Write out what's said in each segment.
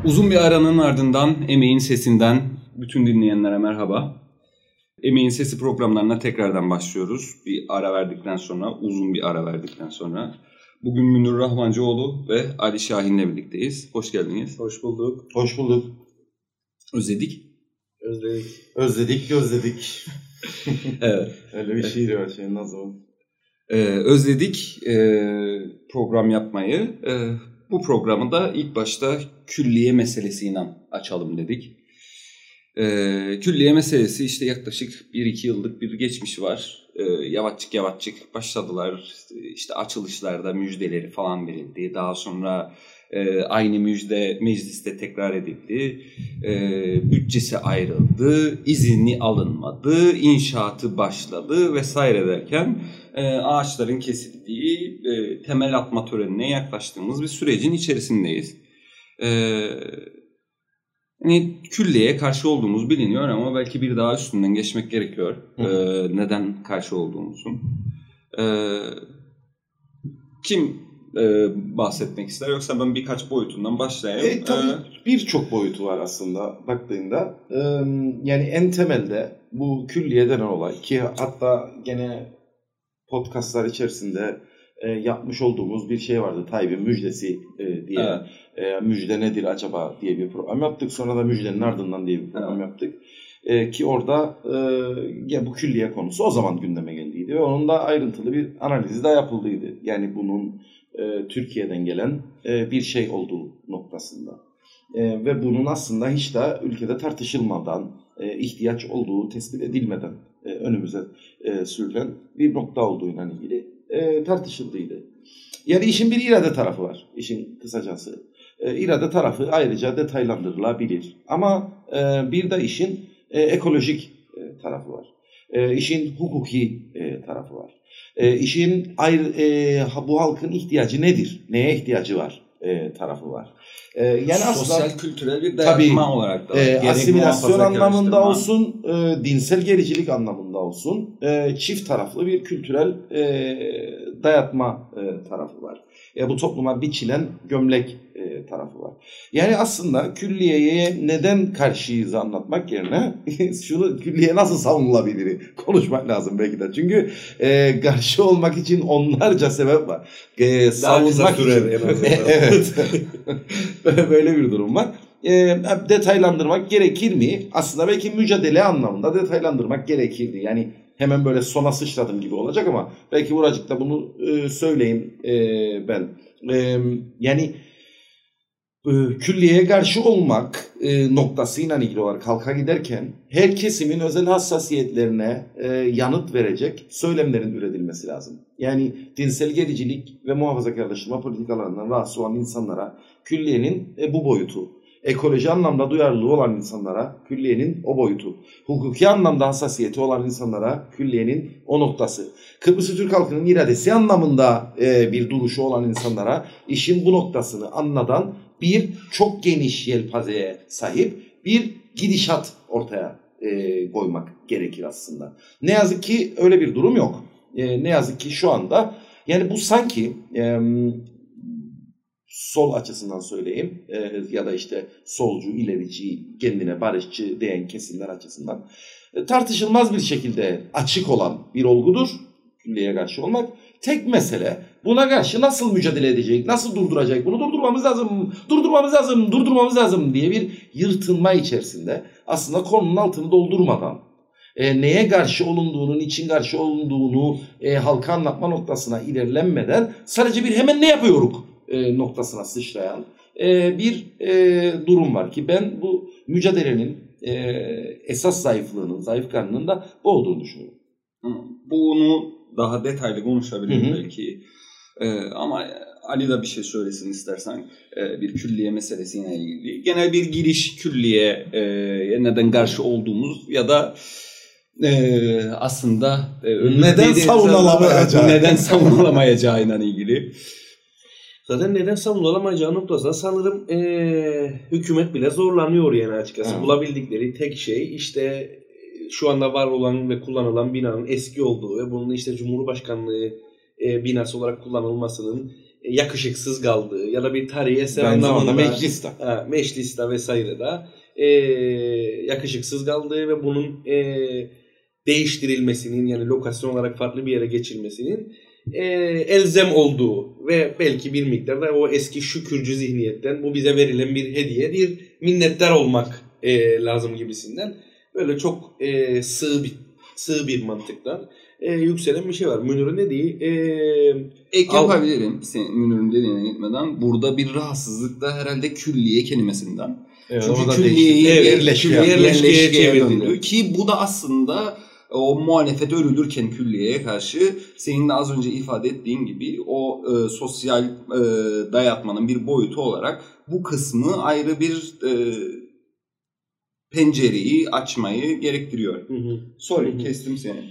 Uzun bir aranın ardından Emeğin Sesi'nden bütün dinleyenlere merhaba. Emeğin Sesi programlarına tekrardan başlıyoruz. Bir ara verdikten sonra, uzun bir ara verdikten sonra. Bugün Münir Rahmancıoğlu ve Ali Şahin'le birlikteyiz. Hoş geldiniz. Hoş bulduk. Hoş bulduk. Özledik. Özledik. Evet. Öyle bir şiir var şeyin nasıl? Özledik program yapmayı. Bu programı da ilk başta külliye meselesiyle açalım dedik. Külliye meselesi işte yaklaşık 1-2 yıllık bir geçmişi var. Yavaşçık başladılar. İşte açılışlarda müjdeleri falan verildi. Daha sonra aynı müjde mecliste tekrar edildi. Bütçesi ayrıldı. İzni alınmadı. İnşaatı başladı vesaire derken ağaçların kesildiği temel atma törenine yaklaştığımız bir sürecin içerisindeyiz. Yani külliyeye karşı olduğumuz biliniyor ama belki bir daha üstünden geçmek gerekiyor. Neden karşı olduğumuzun. Kim bahsetmek ister yoksa ben birkaç boyutundan başlayayım. Tabii birçok boyutu var aslında baktığında. Yani en temelde bu külliye denen olay ki hatta gene podcastlar içerisinde yapmış olduğumuz bir şey vardı. Tayyip'in müjdesi diye. Evet. Müjde nedir acaba diye bir program yaptık. Sonra da müjdenin ardından diye bir program yaptık. Ki orada ya bu külliye konusu o zaman gündeme geldiydi. Ve onun da ayrıntılı bir analizi de yapıldıydı. Yani bunun Türkiye'den gelen bir şey olduğu noktasında. Ve bunun aslında hiç de ülkede tartışılmadan, ihtiyaç olduğu tespit edilmeden önümüze sürülen bir nokta olduğuyla ilgili tartışıldıydı. Yani işin bir irade tarafı var. İşin kısacası. İrade tarafı ayrıca detaylandırılabilir. Ama bir de işin ekolojik tarafı var. İşin hukuki tarafı var. İşin bu halkın ihtiyacı nedir? Neye ihtiyacı var? Tarafı var. Yani sosyal kültürel bir dayatma olarak da asimilasyon anlamında olsun, dinsel gericilik anlamında olsun, çift taraflı bir kültürel dayatma tarafı var. Bu topluma biçilen gömlek tarafı var. Yani aslında külliyeye neden karşıyız anlatmak yerine şunu külliye nasıl savunulabilir konuşmak lazım belki de. Çünkü karşı olmak için onlarca sebep var. Savunmak için. Evet. Böyle bir durum var. Detaylandırmak gerekir mi? Aslında belki mücadele anlamında detaylandırmak gerekirdi. Yani hemen böyle sona sıçradım gibi olacak ama belki buracıkta bunu söyleyeyim ben. Yani külliyeye karşı olmak noktasıyla ilgili olarak halka giderken her kesimin özel hassasiyetlerine yanıt verecek söylemlerin üretilmesi lazım. Yani dinsel gericilik ve muhafazakarlaştırma politikalarından rahatsız olan insanlara külliyenin bu boyutu, ekoloji anlamda duyarlılığı olan insanlara külliyenin o boyutu, hukuki anlamda hassasiyeti olan insanlara külliyenin o noktası, Kıbrıs Türk halkının iradesi anlamında bir duruşu olan insanlara işin bu noktasını anladan bir çok geniş yelpazeye sahip bir gidişat ortaya koymak gerekir aslında. Ne yazık ki öyle bir durum yok. Ne yazık ki şu anda yani bu sanki sol açısından söyleyeyim ya da işte solcu, ilerici, kendine barışçı diyen kesimler açısından tartışılmaz bir şekilde açık olan bir olgudur külliyeye karşı olmak. Tek mesele buna karşı nasıl mücadele edecek, nasıl durduracak, bunu durdurmamız lazım diye bir yırtınma içerisinde aslında konunun altını doldurmadan neye karşı olunduğunu, niçin karşı olunduğunu halka anlatma noktasına ilerlenmeden sadece bir hemen ne yapıyoruz noktasına sıçrayan bir durum var ki ben bu mücadelenin esas zayıf karnının da bu olduğunu düşünüyorum. Bunu daha detaylı konuşabiliriz belki. Ama Ali de bir şey söylesin istersen bir külliye meselesiyle ilgili. Genel bir giriş külliye neden karşı olduğumuz ya da aslında neden savunulamayacağıyla ilgili. Zaten neden savunulamayacağı noktasında sanırım hükümet bile zorlanıyor yani açıkçası. Evet. Bulabildikleri tek şey işte şu anda var olan ve kullanılan binanın eski olduğu ve bunun işte Cumhurbaşkanlığı binası olarak kullanılmasının yakışıksız kaldığı ya da bir tarihi eser Aynı zamanda anlamında mecliste vesaire de yakışıksız kaldığı ve bunun değiştirilmesinin, yani lokasyon olarak farklı bir yere geçilmesinin elzem olduğu ve belki bir miktarda o eski şükürcü zihniyetten bu bize verilen bir hediyedir, minnettar olmak lazım gibisinden böyle çok sığ bir mantıktan yükselen bir şey var. Münir'in dediği ek yapabilirim Münir'in dediğine gitmeden. Burada bir rahatsızlık da herhalde külliye kelimesinden. Evet, çünkü külliyeyi yerleşkeye çeviriliyor ki bu da aslında o muhalefet örülürken külliyeye karşı senin de az önce ifade ettiğin gibi o sosyal dayatmanın bir boyutu olarak bu kısmı ayrı bir pencereyi açmayı gerektiriyor. Sorry, kestim seni.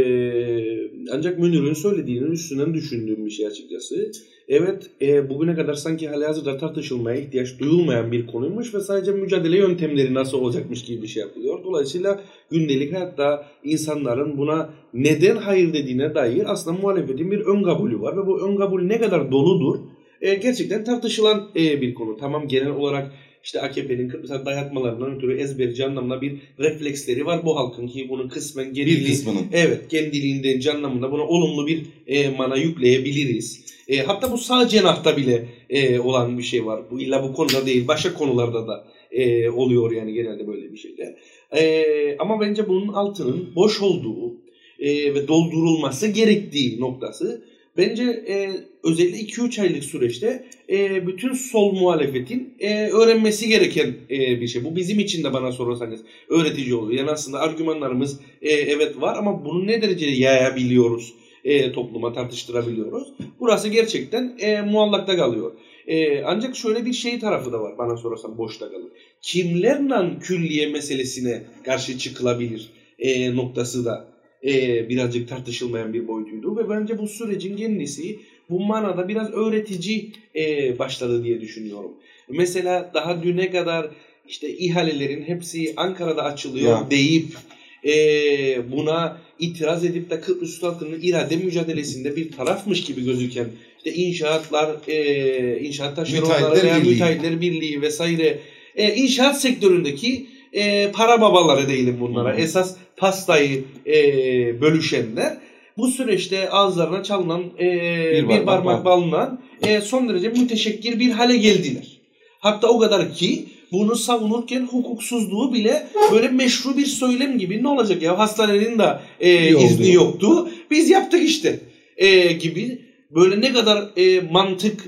Ancak Münir'in söylediğinin üstünden düşündüğüm bir şey açıkçası. Evet, bugüne kadar sanki halihazırda tartışılmaya ihtiyaç duyulmayan bir konuymuş ve sadece mücadele yöntemleri nasıl olacakmış gibi bir şey yapılıyor. Dolayısıyla gündelik hayatta insanların buna neden hayır dediğine dair aslında muhalefetin bir ön kabulü var ve bu ön kabul ne kadar doludur gerçekten tartışılan bir konu. Tamam, genel olarak İşte AKP'nin Kıbrıs'a dayatmalarından ötürü ezberci anlamda bir refleksleri var bu halkın ki bunu kısmen kendiliğinden anlamında buna olumlu bir mana yükleyebiliriz. Hatta bu sağ cenahta bile olan bir şey var. Bu illa bu konuda değil, başka konularda da oluyor yani genelde böyle bir şeyler. Ama bence bunun altının boş olduğu ve doldurulması gerektiği noktası bence özellikle 2-3 aylık süreçte bütün sol muhalefetin öğrenmesi gereken bir şey. Bu bizim için de bana sorarsanız öğretici oluyor. Yani aslında argümanlarımız evet var ama bunu ne derecede yayabiliyoruz, topluma tartıştırabiliyoruz. Burası gerçekten muallakta kalıyor. Ancak şöyle bir şey tarafı da var bana sorarsan boşta kalır. Kimlerle külliye meselesine karşı çıkılabilir noktası da birazcık tartışılmayan bir boyutuydu ve bence bu sürecin kendisi bu manada biraz öğretici başladı diye düşünüyorum. Mesela daha düne kadar işte ihalelerin hepsi Ankara'da açılıyor deyip buna itiraz edip de Kıbrıs halkının irade mücadelesinde bir tarafmış gibi gözüken işte inşaat taşeronları veya müteahhitler birliği vesaire inşaat sektöründeki para babaları diyelim bunlara. Esas pastayı bölüşenler bu süreçte ağızlarına çalınan bir parmak balından son derece müteşekkir bir hale geldiler. Hatta o kadar ki bunu savunurken hukuksuzluğu bile böyle meşru bir söylem gibi, ne olacak ya hastanenin de izni yoktu biz yaptık işte gibi böyle ne kadar mantık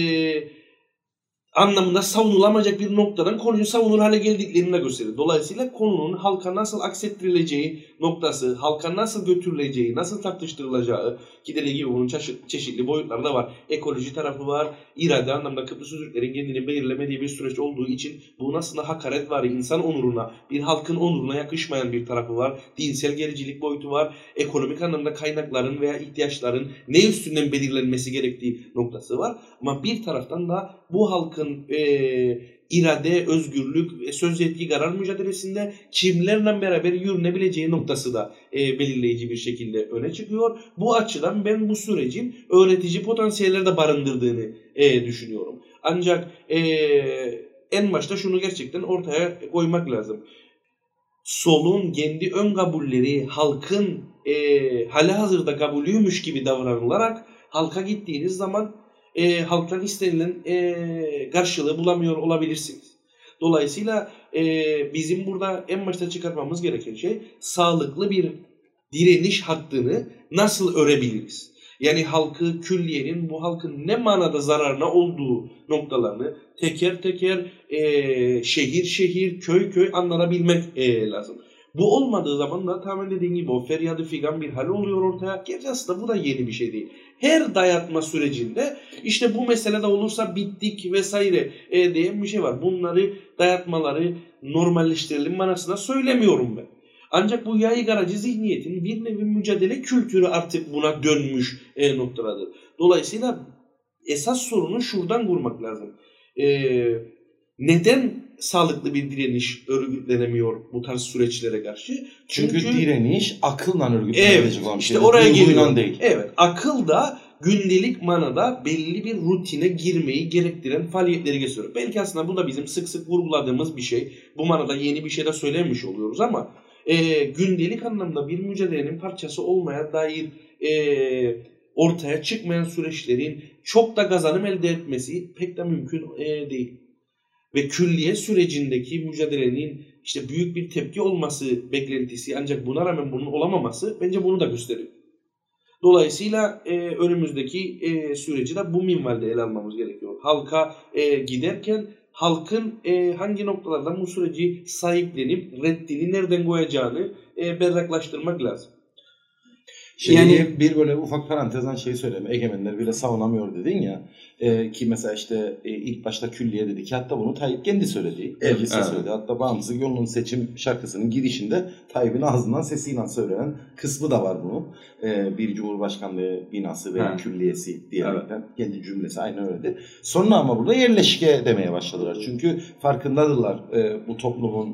anlamında savunulamayacak bir noktadan konuyu savunur hale geldiklerini de gösterir. Dolayısıyla konunun halka nasıl aksettirileceği noktası, halka nasıl götürüleceği, nasıl tartıştırılacağı ki dediğim gibi bunun çeşitli boyutları da var. Ekoloji tarafı var. İrade anlamda Kıbrıs Türklerin kendini belirlemediği bir süreç olduğu için bu aslında hakaret var. İnsan onuruna, bir halkın onuruna yakışmayan bir tarafı var. Dinsel gericilik boyutu var. Ekonomik anlamda kaynakların veya ihtiyaçların ne üstünden belirlenmesi gerektiği noktası var. Ama bir taraftan da bu halkın irade, özgürlük ve söz yetki karar mücadelesinde kimlerle beraber yürünebileceği noktası da belirleyici bir şekilde öne çıkıyor. Bu açıdan ben bu sürecin öğretici potansiyeller de barındırdığını düşünüyorum. Ancak en başta şunu gerçekten ortaya koymak lazım. Solun kendi ön kabulleri halkın halihazırda kabulüymüş gibi davranılarak halka gittiğiniz zaman halktan istenilen karşılığı bulamıyor olabilirsiniz. Dolayısıyla bizim burada en başta çıkartmamız gereken şey sağlıklı bir direniş hattını nasıl örebiliriz? Yani halkı, külliyenin bu halkın ne manada zararına olduğu noktalarını teker teker şehir şehir, köy köy anlanabilmek lazım. Bu olmadığı zaman da tamamen dediğin gibi o feryadı figan bir hal oluyor ortaya. Gerçi aslında bu da yeni bir şey değil. Her dayatma sürecinde işte bu meselede olursa bittik vesaire diyen bir şey var. Bunları, dayatmaları normalleştirelim manasına söylemiyorum ben. Ancak bu yaygaracı zihniyetin bir nevi mücadele kültürü artık buna dönmüş noktadadır. Dolayısıyla esas sorunu şuradan kurmak lazım. Neden sağlıklı bir direniş örgütlenemiyor bu tarz süreçlere karşı? Çünkü direniş akılla örgütlenecek olan bir işte şey. oraya geliyor. Değil. Evet, akıl da gündelik manada belli bir rutine girmeyi gerektiren faaliyetleri gösteriyor. Belki aslında bu da bizim sık sık vurguladığımız bir şey. Bu manada yeni bir şey de söylemiş oluyoruz ama gündelik anlamda bir mücadelenin parçası olmaya dair ortaya çıkmayan süreçlerin çok da kazanım elde etmesi pek de mümkün değil. Ve külliye sürecindeki mücadelenin işte büyük bir tepki olması beklentisi, ancak buna rağmen bunun olamaması bence bunu da gösteriyor. Dolayısıyla önümüzdeki süreci de bu minvalde ele almamız gerekiyor. Halka giderken halkın hangi noktalardan bu süreci sahiplenip reddini nereden koyacağını berraklaştırmak lazım. Yani bir böyle ufak parantezden şey söyleyeyim. Egemenler bile savunamıyor dedin ya. Ki mesela işte ilk başta külliye dedi ki, hatta bunu Tayyip kendi söyledi. Elbise söyledi. Hatta Bağımsızlık Yolu'nun seçim şarkısının girişinde Tayyip'in ağzından sesiyle söylenen kısmı da var bunun. Bir Cumhurbaşkanlığı binası veya külliyesi diyerekten kendi cümlesi aynen öyleydi. Sonra ama burada yerleşke demeye başladılar. Çünkü farkındadırlar bu toplumun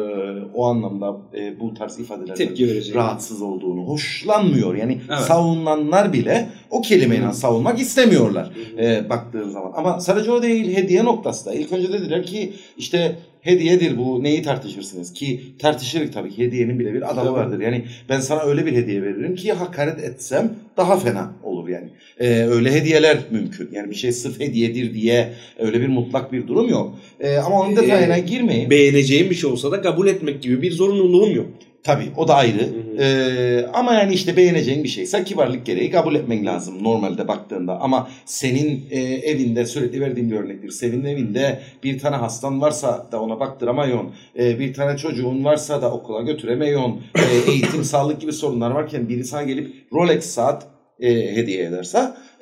o anlamda bu tarz ifadelerden rahatsız olduğunu, hoşlanmıyor. Yani savunanlar bile o kelimeyle savunmak istemiyorlar baktığın zaman. Ama sadece o değil, hediye noktası da. İlk önce dediler ki işte hediyedir bu, neyi tartışırsınız ki? Tartışırız tabii ki, hediyenin bile bir adabı vardır. Yani ben sana öyle bir hediye veririm ki hakaret etsem daha fena olur yani. Öyle hediyeler mümkün. Yani bir şey sırf hediyedir diye öyle bir mutlak bir durum yok. Ama onun detayına girmeyin. Beğeneceğim bir şey olsa da kabul etmek gibi bir zorunluluğum yok. Tabii o da ayrı. Ama yani işte beğeneceğin bir şeyse kibarlık gereği kabul etmen lazım normalde baktığında. Ama senin evinde, sürekli verdiğim bir örnektir, senin evinde bir tane hastan varsa da ona baktıramıyorsun. Bir tane çocuğun varsa da okula götüremiyorsun. Eğitim, sağlık gibi sorunlar varken biri sana gelip Rolex saat hediye ederse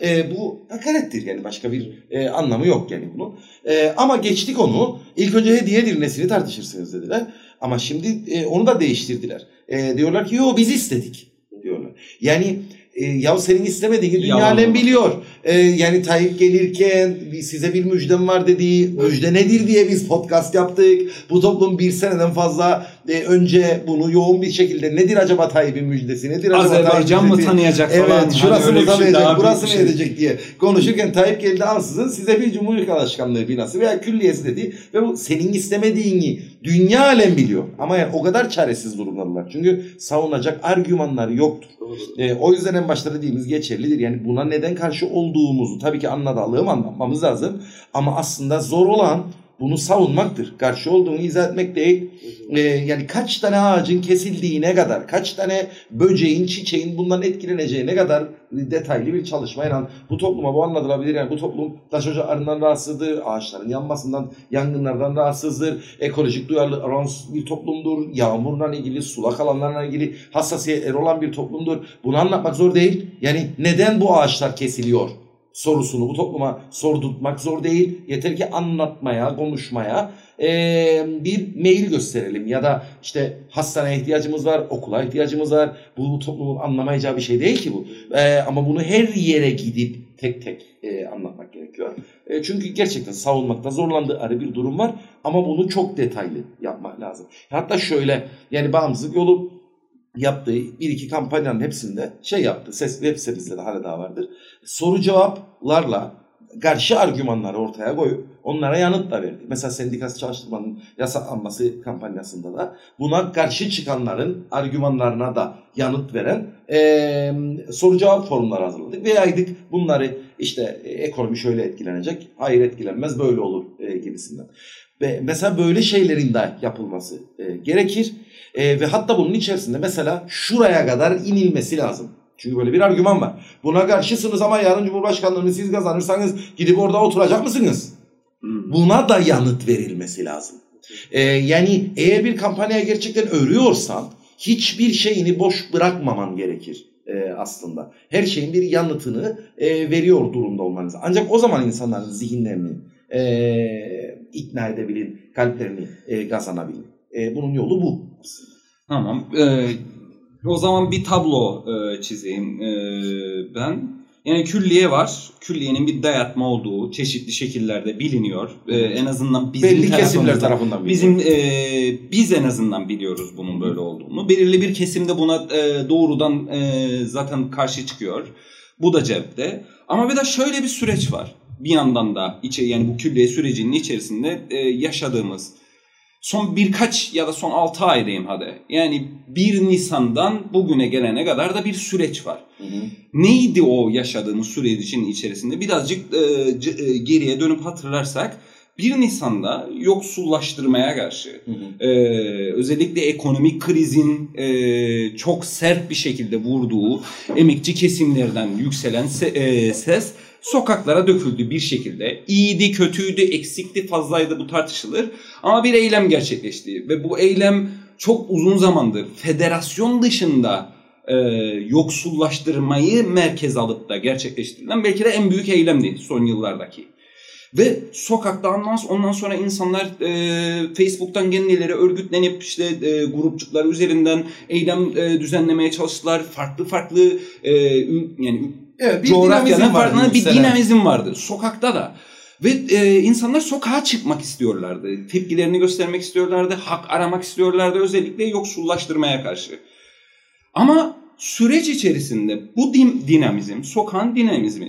bu hakarettir. Yani başka bir anlamı yok yani bunun. Ama geçtik onu. İlk önce hediyedir, nesini tartışırsınız dediler. Ama şimdi onu da değiştirdiler. Diyorlar ki yo biz istedik diyorlar. Yani ya senin istemediğini dünya alem biliyor. Yani Tayyip gelirken size bir müjdem var dediği, müjde nedir diye biz podcast yaptık. Bu toplum bir seneden fazla önce bunu yoğun bir şekilde, nedir acaba Tayyip'in müjdesi? Nedir acaba Azerbaycan mı tanıyacak falan? Evet, şurası mı tanıyacak, burası mı şey edecek diye konuşurken Tayyip geldi, ansızın size bir Cumhurbaşkanlığı binası veya külliyesi dedi ve bu senin istemediğini dünya alem biliyor. Ama yani o kadar çaresiz durumdalar. Çünkü savunacak argümanlar yoktur. O yüzden en başta dediğimiz geçerlidir. Yani buna neden karşı olduğumuzu tabii ki anlamamız lazım. Ama aslında zor olan bunu savunmaktır. Karşı olduğunu izah etmek değil. Yani kaç tane ağacın kesildiğine kadar, kaç tane böceğin, çiçeğin bundan etkileneceğine kadar detaylı bir çalışmayla bu topluma bu anlatılabilir. Yani bu toplum taş ocaklarından rahatsızdır, ağaçların yanmasından, yangınlardan rahatsızdır, ekolojik duyarlı bir toplumdur, yağmurla ilgili, sulak alanlarla ilgili hassasiyetleri olan bir toplumdur. Bunu anlatmak zor değil. Yani neden bu ağaçlar kesiliyor sorusunu bu topluma sordurtmak zor değil. Yeter ki anlatmaya, konuşmaya bir meyil gösterelim. Ya da işte hastaneye ihtiyacımız var, okula ihtiyacımız var. Bu toplumun anlamayacağı bir şey değil ki bu. Ama bunu her yere gidip tek tek anlatmak gerekiyor. Çünkü gerçekten savunmakta zorlandığı bir durum var. Ama bunu çok detaylı yapmak lazım. Hatta şöyle, yani Bağımsızlık Yolu yaptığı bir iki kampanyanın hepsinde şey yaptı. Web sitemizde de hala daha vardır. Soru cevaplarla karşı argümanları ortaya koyup onlara yanıt da verdi. Mesela sendikası çalıştırmanın yasaklanması kampanyasında da buna karşı çıkanların argümanlarına da yanıt veren soru cevap forumları hazırladık ve yaydık. Bunları işte ekonomi şöyle etkilenecek, hayır etkilenmez, böyle olur gibisinden. Ve mesela böyle şeylerin de yapılması gerekir. Ve hatta bunun içerisinde mesela şuraya kadar inilmesi lazım. Çünkü böyle bir argüman var. Buna karşısınız ama yarın Cumhurbaşkanlığını siz kazanırsanız gidip orada oturacak mısınız? Buna da yanıt verilmesi lazım. Yani eğer bir kampanyaya gerçekten örüyorsan hiçbir şeyini boş bırakmaman gerekir aslında. Her şeyin bir yanıtını veriyor durumda olmanız. Ancak o zaman insanların zihinlerini ikna edebilin, kalplerini kazanabilin. Bunun yolu bu. Tamam. O zaman bir tablo çizeyim ben. Yani külliye var. Külliyenin bir dayatma olduğu çeşitli şekillerde biliniyor. En azından bizim belli kesimler tarafından biliniyor. Biz en azından biliyoruz bunun böyle olduğunu. Belirli bir kesimde buna doğrudan zaten karşı çıkıyor. Bu da cepte. Ama bir de şöyle bir süreç var. Bir yandan da yani bu külliye sürecinin içerisinde yaşadığımız son birkaç ya da son 6 ay diyeyim hadi. Yani 1 Nisan'dan bugüne gelene kadar da bir süreç var. Hı hı. Neydi o yaşadığımız sürecin içerisinde? Birazcık geriye dönüp hatırlarsak 1 Nisan'da yoksullaştırmaya karşı özellikle ekonomik krizin çok sert bir şekilde vurduğu emekçi kesimlerden yükselen ses sokaklara döküldü bir şekilde. İyiydi, kötüydü, eksikti, fazlaydı bu tartışılır. Ama bir eylem gerçekleşti ve bu eylem çok uzun zamandır federasyon dışında yoksullaştırmayı merkez alıp da gerçekleştirilen belki de en büyük eylemdi son yıllardaki. Ve sokakta ondan sonra insanlar Facebook'tan kendileri örgütlenip işte grupçuklar üzerinden eylem düzenlemeye çalıştılar. Farklı yani evet, coğrafyanın farklı bir dinamizm vardı sokakta da. Ve insanlar sokağa çıkmak istiyorlardı. Tepkilerini göstermek istiyorlardı. Hak aramak istiyorlardı. Özellikle yoksullaştırmaya karşı. Ama süreç içerisinde bu dinamizm, sokağın dinamizmi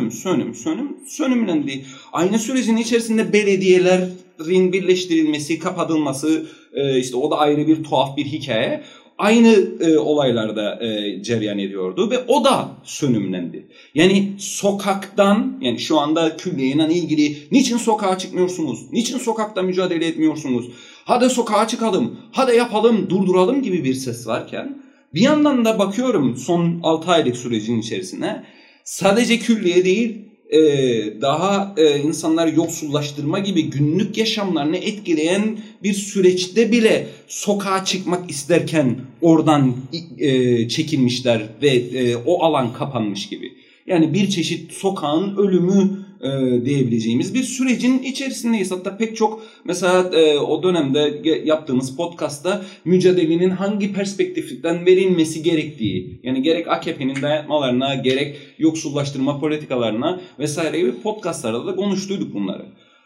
sönümlendi. Aynı sürecin içerisinde belediyelerin birleştirilmesi, kapatılması, işte o da ayrı bir tuhaf bir hikaye. Aynı olaylarda cereyan ediyordu ve o da sönümlendi. Yani sokaktan, yani şu anda külliyeyle ilgili niçin sokağa çıkmıyorsunuz, niçin sokakta mücadele etmiyorsunuz, hadi sokağa çıkalım, hadi yapalım, durduralım gibi bir ses varken bir yandan da bakıyorum son 6 aylık sürecin içerisine sadece külliye değil daha insanlar yoksullaştırma gibi günlük yaşamlarını etkileyen bir süreçte bile sokağa çıkmak isterken oradan çekilmişler ve o alan kapanmış gibi. Yani bir çeşit sokağın ölümü diyebileceğimiz bir sürecin içerisindeyiz. Hatta pek çok mesela o dönemde yaptığımız podcastta mücadelenin hangi perspektiften verilmesi gerektiği, yani gerek AKP'nin dayatmalarına, gerek yoksullaştırma politikalarına vesaire gibi podcastlarda da konuştuyduk bunları.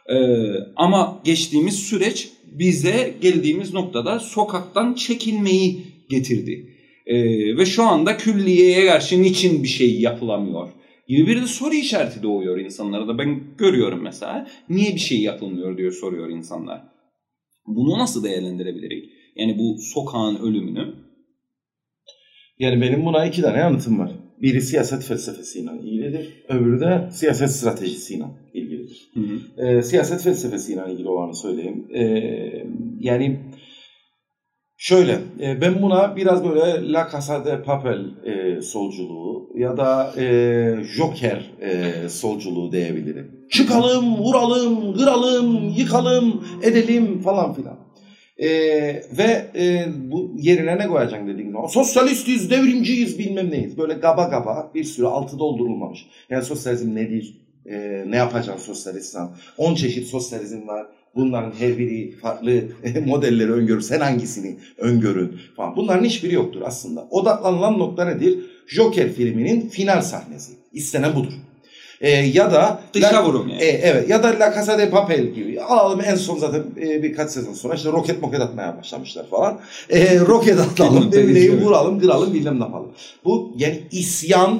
Ama geçtiğimiz süreç bize geldiğimiz noktada sokaktan çekilmeyi getirdi. Ve şu anda külliyeye karşı niçin bir şey yapılamıyor gibi bir de soru işareti doğuyor insanlara da. Ben görüyorum mesela. Niye bir şey yapılmıyor diye soruyor insanlar. Bunu nasıl değerlendirebiliriz? Yani bu sokağın ölümünü. Yani benim buna 2 tane yanıtım var. Biri siyaset felsefesiyle ilgilidir. Öbürü de siyaset stratejisiyle ilgilidir. Siyaset felsefesiyle ilgili olanı söyleyeyim. Yani şöyle, ben buna biraz böyle La Casa de Papel solculuğu ya da Joker solculuğu diyebilirim. Çıkalım, vuralım, kıralım, yıkalım, edelim falan filan. Ve bu yerine ne koyacaksın dediğin zaman sosyalistiz, devrimciyiz, bilmem neyiz. Böyle gaba bir sürü altı doldurulmamış. Yani sosyalizm nedir? Ne yapacaksın sosyalizmden? 10 çeşit sosyalizm var. Bunların her biri farklı modelleri öngörür. Sen hangisini öngörün falan. Bunların hiçbiri yoktur aslında. Odaklanılan nokta nedir? Joker filminin final sahnesi. İstenen budur. Ya da dışa vurum yani. Evet, ya da La Casa de Papel gibi. Alalım en son zaten birkaç sezon sonra işte roket atmaya başlamışlar falan. Roket atalım, devineyi vuralım, kıralım, bilmem ne yapalım. Bu yani isyan.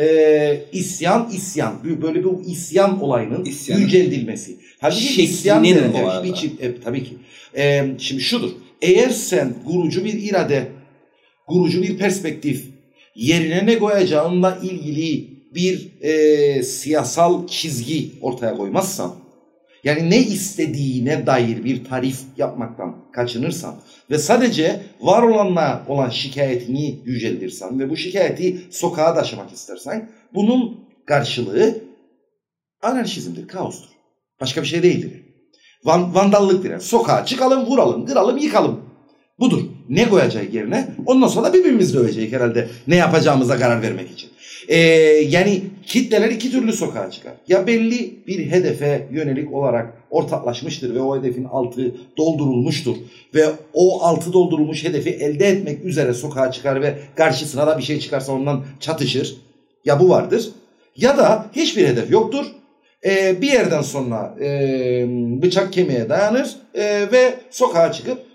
Böyle bir isyan olayının yüceltilmesi. Halbuki isyan tabii ki. Şimdi şudur. Eğer sen kurucu bir irade, kurucu bir perspektif yerine ne koyacağınla ilgili bir siyasal çizgi ortaya koymazsan, yani ne istediğine dair bir tarif yapmaktan kaçınırsan ve sadece var olanla olan şikayetini yüceltirsen ve bu şikayeti sokağa taşımak istersen, bunun karşılığı anarşizmdir, kaostur. Başka bir şey değildir. Vandallıktır. Yani sokağa çıkalım, vuralım, kıralım, yıkalım. Budur. Ne koyacak yerine? Ondan sonra da birbirimizi dövecek herhalde ne yapacağımıza karar vermek için. Yani kitleler 2 türlü sokağa çıkar. Ya belli bir hedefe yönelik olarak ortaklaşmıştır ve o hedefin altı doldurulmuştur. Ve o altı doldurulmuş hedefi elde etmek üzere sokağa çıkar ve karşısına da bir şey çıkarsa ondan çatışır. Ya bu vardır. Ya da hiçbir hedef yoktur. Bir yerden sonra bıçak kemiğe dayanır ve sokağa çıkıp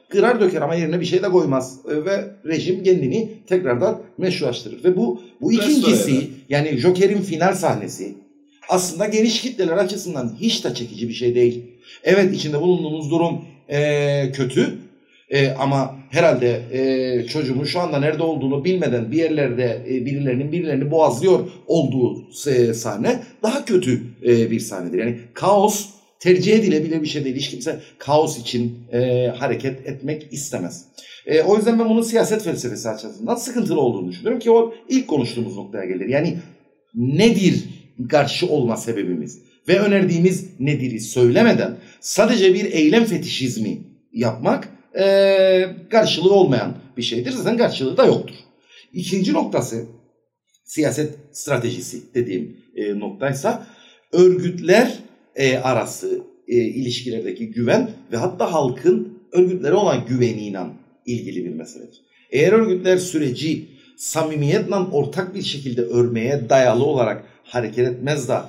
kırar döker ama yerine bir şey de koymaz. Ve rejim kendini tekrardan meşrulaştırır. Ve bu ikincisi, yani Joker'in final sahnesi aslında geniş kitleler açısından hiç de çekici bir şey değil. Evet, içinde bulunduğumuz durum kötü. Ama herhalde çocuğumun şu anda nerede olduğunu bilmeden bir yerlerde birilerini boğazlıyor olduğu sahne daha kötü bir sahnedir. Yani kaos tercih edilebilir bir şey değil. Hiç kimse kaos için hareket etmek istemez. O yüzden ben bunun siyaset felsefesi açısından sıkıntılı olduğunu düşünüyorum ki o ilk konuştuğumuz noktaya gelir. Yani nedir karşı olma sebebimiz ve önerdiğimiz nedir'i söylemeden sadece bir eylem fetişizmi yapmak karşılığı olmayan bir şeydir. Zaten karşılığı da yoktur. İkinci noktası siyaset stratejisi dediğim noktaysa örgütler arası ilişkilerdeki güven ve hatta halkın örgütlere olan güveniyle ilgili bir meseledir. Eğer örgütler süreci samimiyetle ortak bir şekilde örmeye dayalı olarak hareket etmez de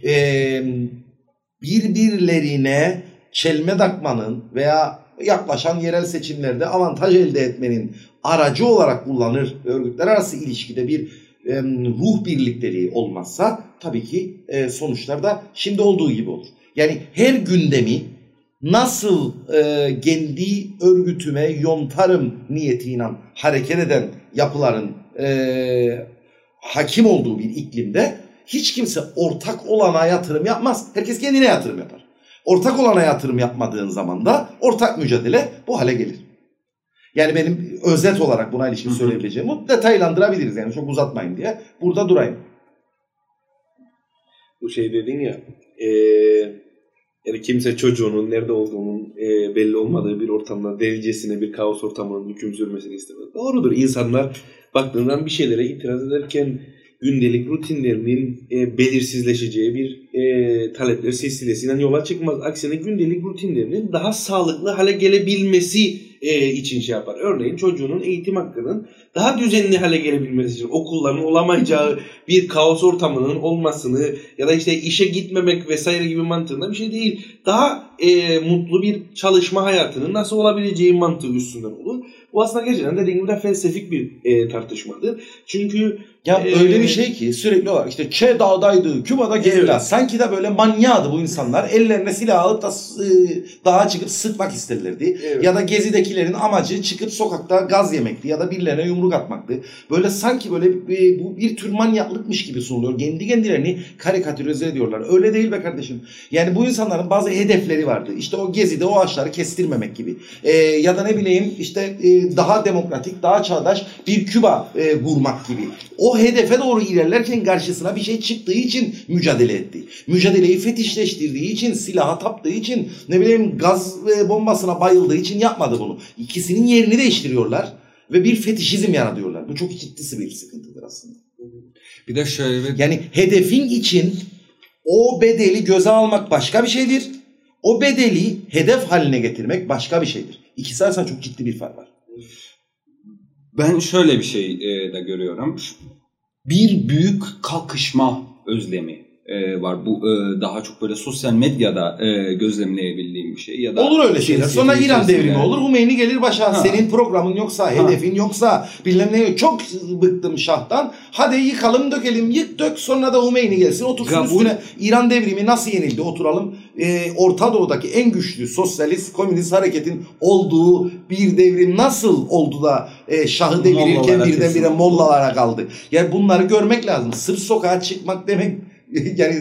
birbirlerine çelme takmanın veya yaklaşan yerel seçimlerde avantaj elde etmenin aracı olarak kullanır ve örgütler arası ilişkide bir ruh birlikteliği olmazsa tabii ki sonuçlar da şimdi olduğu gibi olur. Yani her gündemi nasıl kendi örgütüme yontarım niyetiyle hareket eden yapıların hakim olduğu bir iklimde hiç kimse ortak olana yatırım yapmaz. Herkes kendine yatırım yapar. Ortak olana yatırım yapmadığın zaman da ortak mücadele bu hale gelir. Yani benim özet olarak buna ilişkin söyleyebileceğim bu. Detaylandırabiliriz yani çok uzatmayın diye. Burada durayım. Bu şey dedin ya, yani kimse çocuğunun nerede olduğunun belli olmadığı bir ortamda delicesine bir kaos ortamının hüküm sürmesini istemez. Doğrudur. İnsanlar baktığından bir şeylere itiraz ederken gündelik rutinlerinin belirsizleşeceği bir talepler silsilesinden yola çıkmaz. Aksine gündelik rutinlerinin daha sağlıklı hale gelebilmesi için şey yapar. Örneğin çocuğunun eğitim hakkının daha düzenli hale gelebilmesi için okulların olamayacağı bir kaos ortamının olmasını ya da işte işe gitmemek vesaire gibi mantığında bir şey değil. Daha mutlu bir çalışma hayatının nasıl olabileceği mantığı üstünden olur. Bu aslında gerçekten dediğim gibi de felsefik bir tartışmadır. Çünkü ya öyle bir şey ki sürekli olarak işte Çe dağdaydı, Küba'da gerilla. Evet. Sanki de böyle manyağdı bu insanlar. Ellerine silah alıp da dağa çıkıp sıkmak isterlerdi. Evet. Ya da gezidekilerin amacı çıkıp sokakta gaz yemekti ya da birilerine yumruk atmaktı. Böyle sanki böyle bu bir tür manyaklıkmış gibi sunuluyor. Kendi kendilerini karikatürize ediyorlar. Öyle değil be kardeşim. Yani bu insanların bazı hedefleri vardı. İşte o gezide o ağaçları kestirmemek gibi. Ya da ne bileyim işte daha demokratik, daha çağdaş bir Küba kurmak gibi. O hedefe doğru ilerlerken karşısına bir şey çıktığı için mücadele etti. Mücadeleyi fetişleştirdiği için, silaha taptığı için, ne bileyim gaz bombasına bayıldığı için yapmadı bunu. İkisinin yerini değiştiriyorlar ve bir fetişizm yaratıyorlar. Bu çok ciddi bir sıkıntıdır aslında. Bir de şöyle yani hedefin için o bedeli göze almak başka bir şeydir. O bedeli hedef haline getirmek başka bir şeydir. İkisi arasında çok ciddi bir fark var. Ben şöyle bir şey de görüyorum. Bir büyük kalkışma özlemi var. Bu daha çok böyle sosyal medyada gözlemleyebildiğim bir şey. Ya da olur öyle şeyler. Sonra İran devrimi olur. Hümeyni gelir başa. Senin programın yoksa, hedefin yoksa bilmem ne. Çok bıktım şahtan. Hadi yıkalım, dökelim. Yık dök. Sonra da Hümeyni gelsin. Otursun üstüne. İran devrimi nasıl yenildi? Oturalım. Orta Doğu'daki en güçlü sosyalist, komünist hareketin olduğu bir devrim nasıl oldu da şahı devirirken birdenbire mollalara kaldı? Yani bunları görmek lazım. Sırf sokağa çıkmak demek yani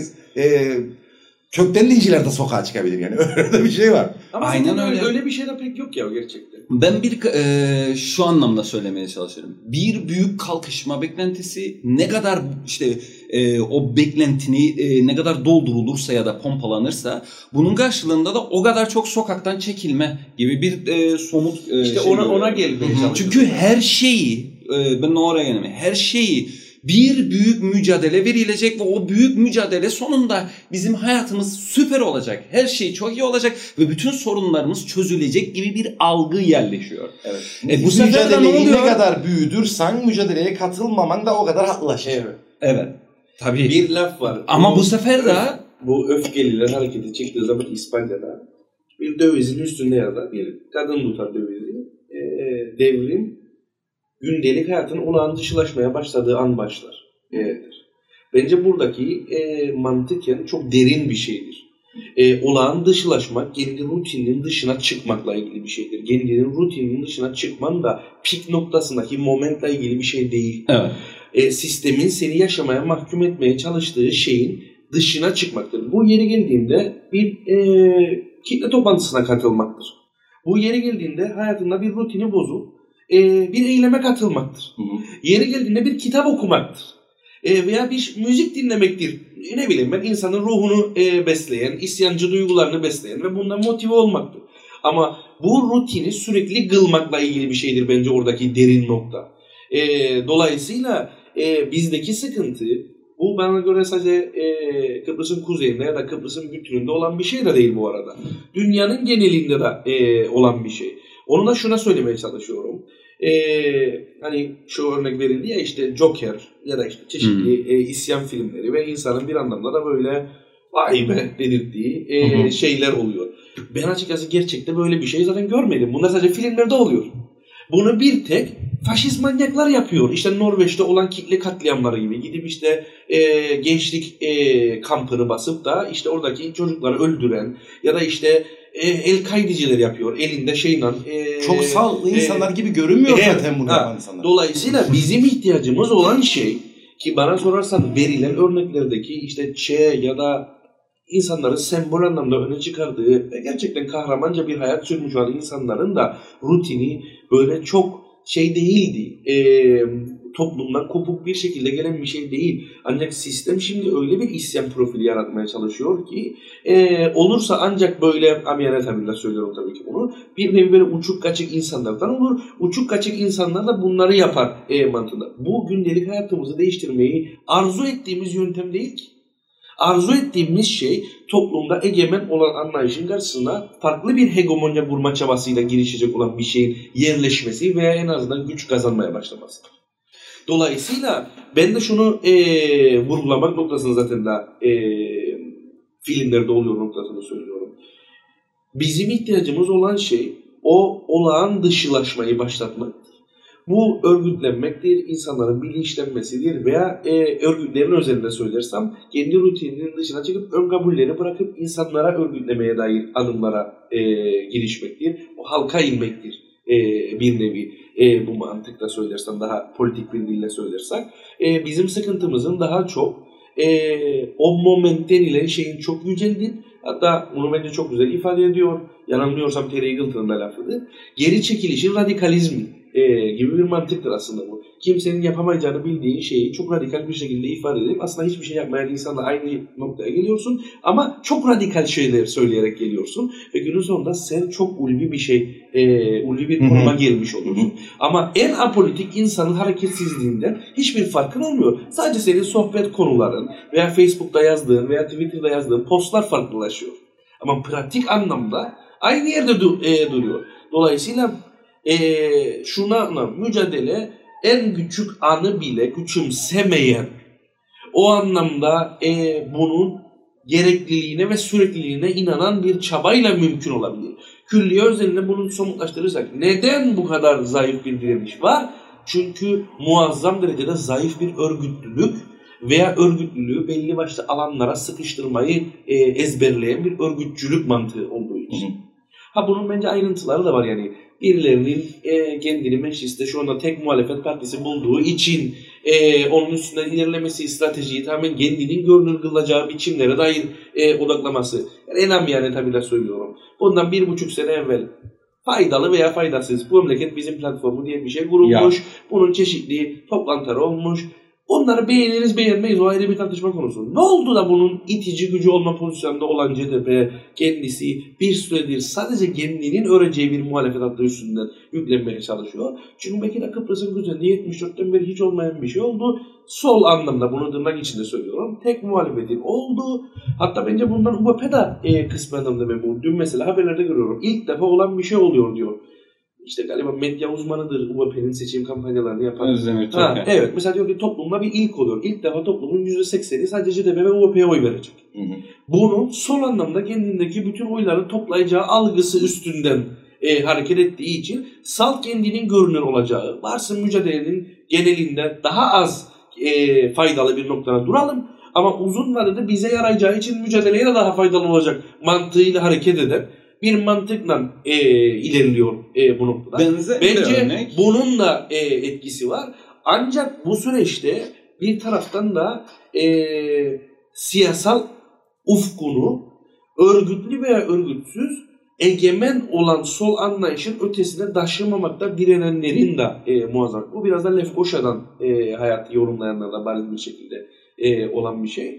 kökten dinciler de sokağa çıkabilir yani. Öyle bir şey var. Ama aynen öyle. Öyle bir şey de pek yok ya gerçekten. Ben şu anlamda söylemeye çalışıyorum. Bir büyük kalkışma beklentisi ne kadar işte o beklentini ne kadar doldurulursa ya da pompalanırsa bunun karşılığında da o kadar çok sokaktan çekilme gibi bir somut işte şey ona gelmeye çalışıyorum. Çünkü her şeyi ben oraya gelmeye her şeyi bir büyük mücadele verilecek ve o büyük mücadele sonunda bizim hayatımız süper olacak. Her şey çok iyi olacak ve bütün sorunlarımız çözülecek gibi bir algı yerleşiyor. Evet. Bu sefer de ne oluyor? Ne kadar büyüdürsen mücadeleye katılmaman da o kadar haklılaşır. Evet. Tabii. Bir laf var. Ama bu sefer de bu öfkeliler hareketi çıktığı zaman İspanya'da bir dövizin üstünde yazar. Bir kadın tutar dövizi. Devrim gündelik hayatın olağan dışılaşmaya başladığı an başlar. Bence buradaki mantıken çok derin bir şeydir. Olağan dışılaşmak kendi rutininin dışına çıkmakla ilgili bir şeydir. Kendinin rutininin dışına çıkman da pik noktasındaki momentle ilgili bir şey değil. Evet. Sistemin seni yaşamaya mahkum etmeye çalıştığı şeyin dışına çıkmaktır. Bu yeri geldiğinde bir kitle toplantısına katılmaktır. Bu yeri geldiğinde hayatında bir rutini bozup bir eyleme katılmaktır. Yeri geldiğinde bir kitap okumaktır. Veya bir müzik dinlemektir. Ne bileyim ben, insanın ruhunu besleyen, isyancı duygularını besleyen ve bundan motive olmaktır. Ama bu rutini sürekli kılmakla ilgili bir şeydir bence oradaki derin nokta. Dolayısıyla bizdeki sıkıntı, bu bana göre sadece Kıbrıs'ın kuzeyinde ya da Kıbrıs'ın bütününde olan bir şey de değil bu arada. Dünyanın genelinde de olan bir şey. Onu da şuna söylemeye çalışıyorum. Hani şu örnek verildi ya, işte Joker ya da işte çeşitli isyan filmleri ve insanın bir anlamda da böyle vay be dedirttiği şeyler oluyor. Ben açıkçası gerçekte böyle bir şey zaten görmedim. Bunlar sadece filmlerde oluyor. Bunu bir tek faşist manyaklar yapıyor. İşte Norveç'te olan kitle katliamları gibi gidip işte gençlik kampını basıp da işte oradaki çocukları öldüren ya da işte El-Kaideciler yapıyor. Elinde şeyle... çok sağlıklı insanlar gibi görünmüyor zaten bunu yapan insanlar. Dolayısıyla bizim ihtiyacımız olan şey, ki bana sorarsan verilen örneklerdeki işte ya da insanların sembol anlamda öne çıkardığı ve gerçekten kahramanca bir hayat sürmüş olan insanların da rutini böyle çok şey değildi. Toplumdan kopuk bir şekilde gelen bir şey değil. Ancak sistem şimdi öyle bir isyan profili yaratmaya çalışıyor ki olursa ancak böyle, amiyane tabirle söylüyorum tabii ki bunu, bir nevi böyle uçuk kaçık insanlardan olur. Uçuk kaçık insanlar da bunları yapar mantığında. Bu gündelik hayatımızı değiştirmeyi arzu ettiğimiz yöntem değil ki. Arzu ettiğimiz şey toplumda egemen olan anlayışın karşısına farklı bir hegemonya kurma çabasıyla girişecek olan bir şeyin yerleşmesi veya en azından güç kazanmaya başlaması. Dolayısıyla ben de şunu vurgulamak noktasını zaten de filmlerde oluyor noktasını söylüyorum. Bizim ihtiyacımız olan şey o olağan dışılaşmayı başlatmak. Bu örgütlenmektir, insanların bilinçlenmesidir veya örgütlerin özelinde söylersem kendi rutininin dışına çıkıp ön kabulleri bırakıp insanlara örgütlemeye dair adımlara girişmektir. O halka inmektir bir nevi. Bu mantıkla söylersem, daha politik bir dille söylersek. Bizim sıkıntımızın daha çok o moment denilen şeyin çok yüceldiği, hatta bunu bence çok güzel ifade ediyor. Yanılmıyorsam Terry Eagleton'un da lafıdır. Geri çekilişin radikalizmi gibi bir mantıktır aslında bu. Kimsenin yapamayacağını bildiğin şeyi çok radikal bir şekilde ifade edip aslında hiçbir şey yapmayan insanla aynı noktaya geliyorsun ama çok radikal şeyler söyleyerek geliyorsun ve günün sonunda sen çok ulvi bir şey, ulvi bir konuma gelmiş oluyorsun. Ama en apolitik insanın hareketsizliğinden hiçbir farkın olmuyor. Sadece senin sohbet konuların veya Facebook'ta yazdığın veya Twitter'da yazdığın postlar farklılaşıyor. Ama pratik anlamda aynı yerde duruyor. Dolayısıyla şuna mücadele en küçük anı bile küçümsemeyen, o anlamda bunun gerekliliğine ve sürekliliğine inanan bir çabayla mümkün olabilir. Külliye özelinde bunu somutlaştırırsak neden bu kadar zayıf bir direniş var? Çünkü muazzam derecede zayıf bir örgütlülük veya örgütlülüğü belli başlı alanlara sıkıştırmayı ezberleyen bir örgütçülük mantığı olduğu için. Bunun bence ayrıntıları da var yani. Birilerinin kendini mecliste şu anda tek muhalefet partisi bulduğu için onun üstünden ilerlemesi, stratejiyi tamamen kendinin görünür kılacağı biçimlere dair odaklaması. Yani en amiyane tabiyle söylüyorum. Bundan 1,5 sene evvel faydalı veya faydasız bu memleket bizim platformu diye bir şey kurulmuş. Bunun çeşitli toplantıları olmuş. Onları beğeniriz beğenmeyiz, o ayrı bir tartışma konusu. Ne oldu da bunun itici gücü olma pozisyonunda olan CTP kendisi bir süredir sadece kendinin öreceği bir muhalefet hattı üstünden yüklenmeye çalışıyor. Çünkü belki de Kıbrıs'ın güzelliği 74'ten beri hiç olmayan bir şey oldu. Sol anlamda bunu tırnak içinde söylüyorum. Tek muhalefetin oldu. Hatta bence bundan UBP de kısmen anlamda memnun. Dün mesela haberlerde görüyorum. İlk defa olan bir şey oluyor diyor. işte galiba medya uzmanıdır, UVP'nin seçim kampanyalarını yapan. Özdemir Toker. Evet, mesela diyor ki toplumda bir ilk oluyor. İlk defa toplumun %80'i sadece CDP ve UVP'ye oy verecek. Bunun sol anlamda kendindeki bütün oyları toplayacağı algısı üstünden hareket ettiği için salt kendinin görünür olacağı, varsın mücadelenin genelinde daha az faydalı bir noktada duralım ama uzun vadede bize yarayacağı için mücadeleye de daha faydalı olacak mantığıyla hareket eden bir mantıkla ilerliyor bu noktada. Bence bunun da etkisi var. Ancak bu süreçte bir taraftan da siyasal ufkunu örgütlü veya örgütsüz egemen olan sol anlayışın ötesine taşımamakta direnenlerin de muazzam. Bu biraz da Lefkoşa'dan hayatı yorumlayanlardan bariz bir şekilde olan bir şey.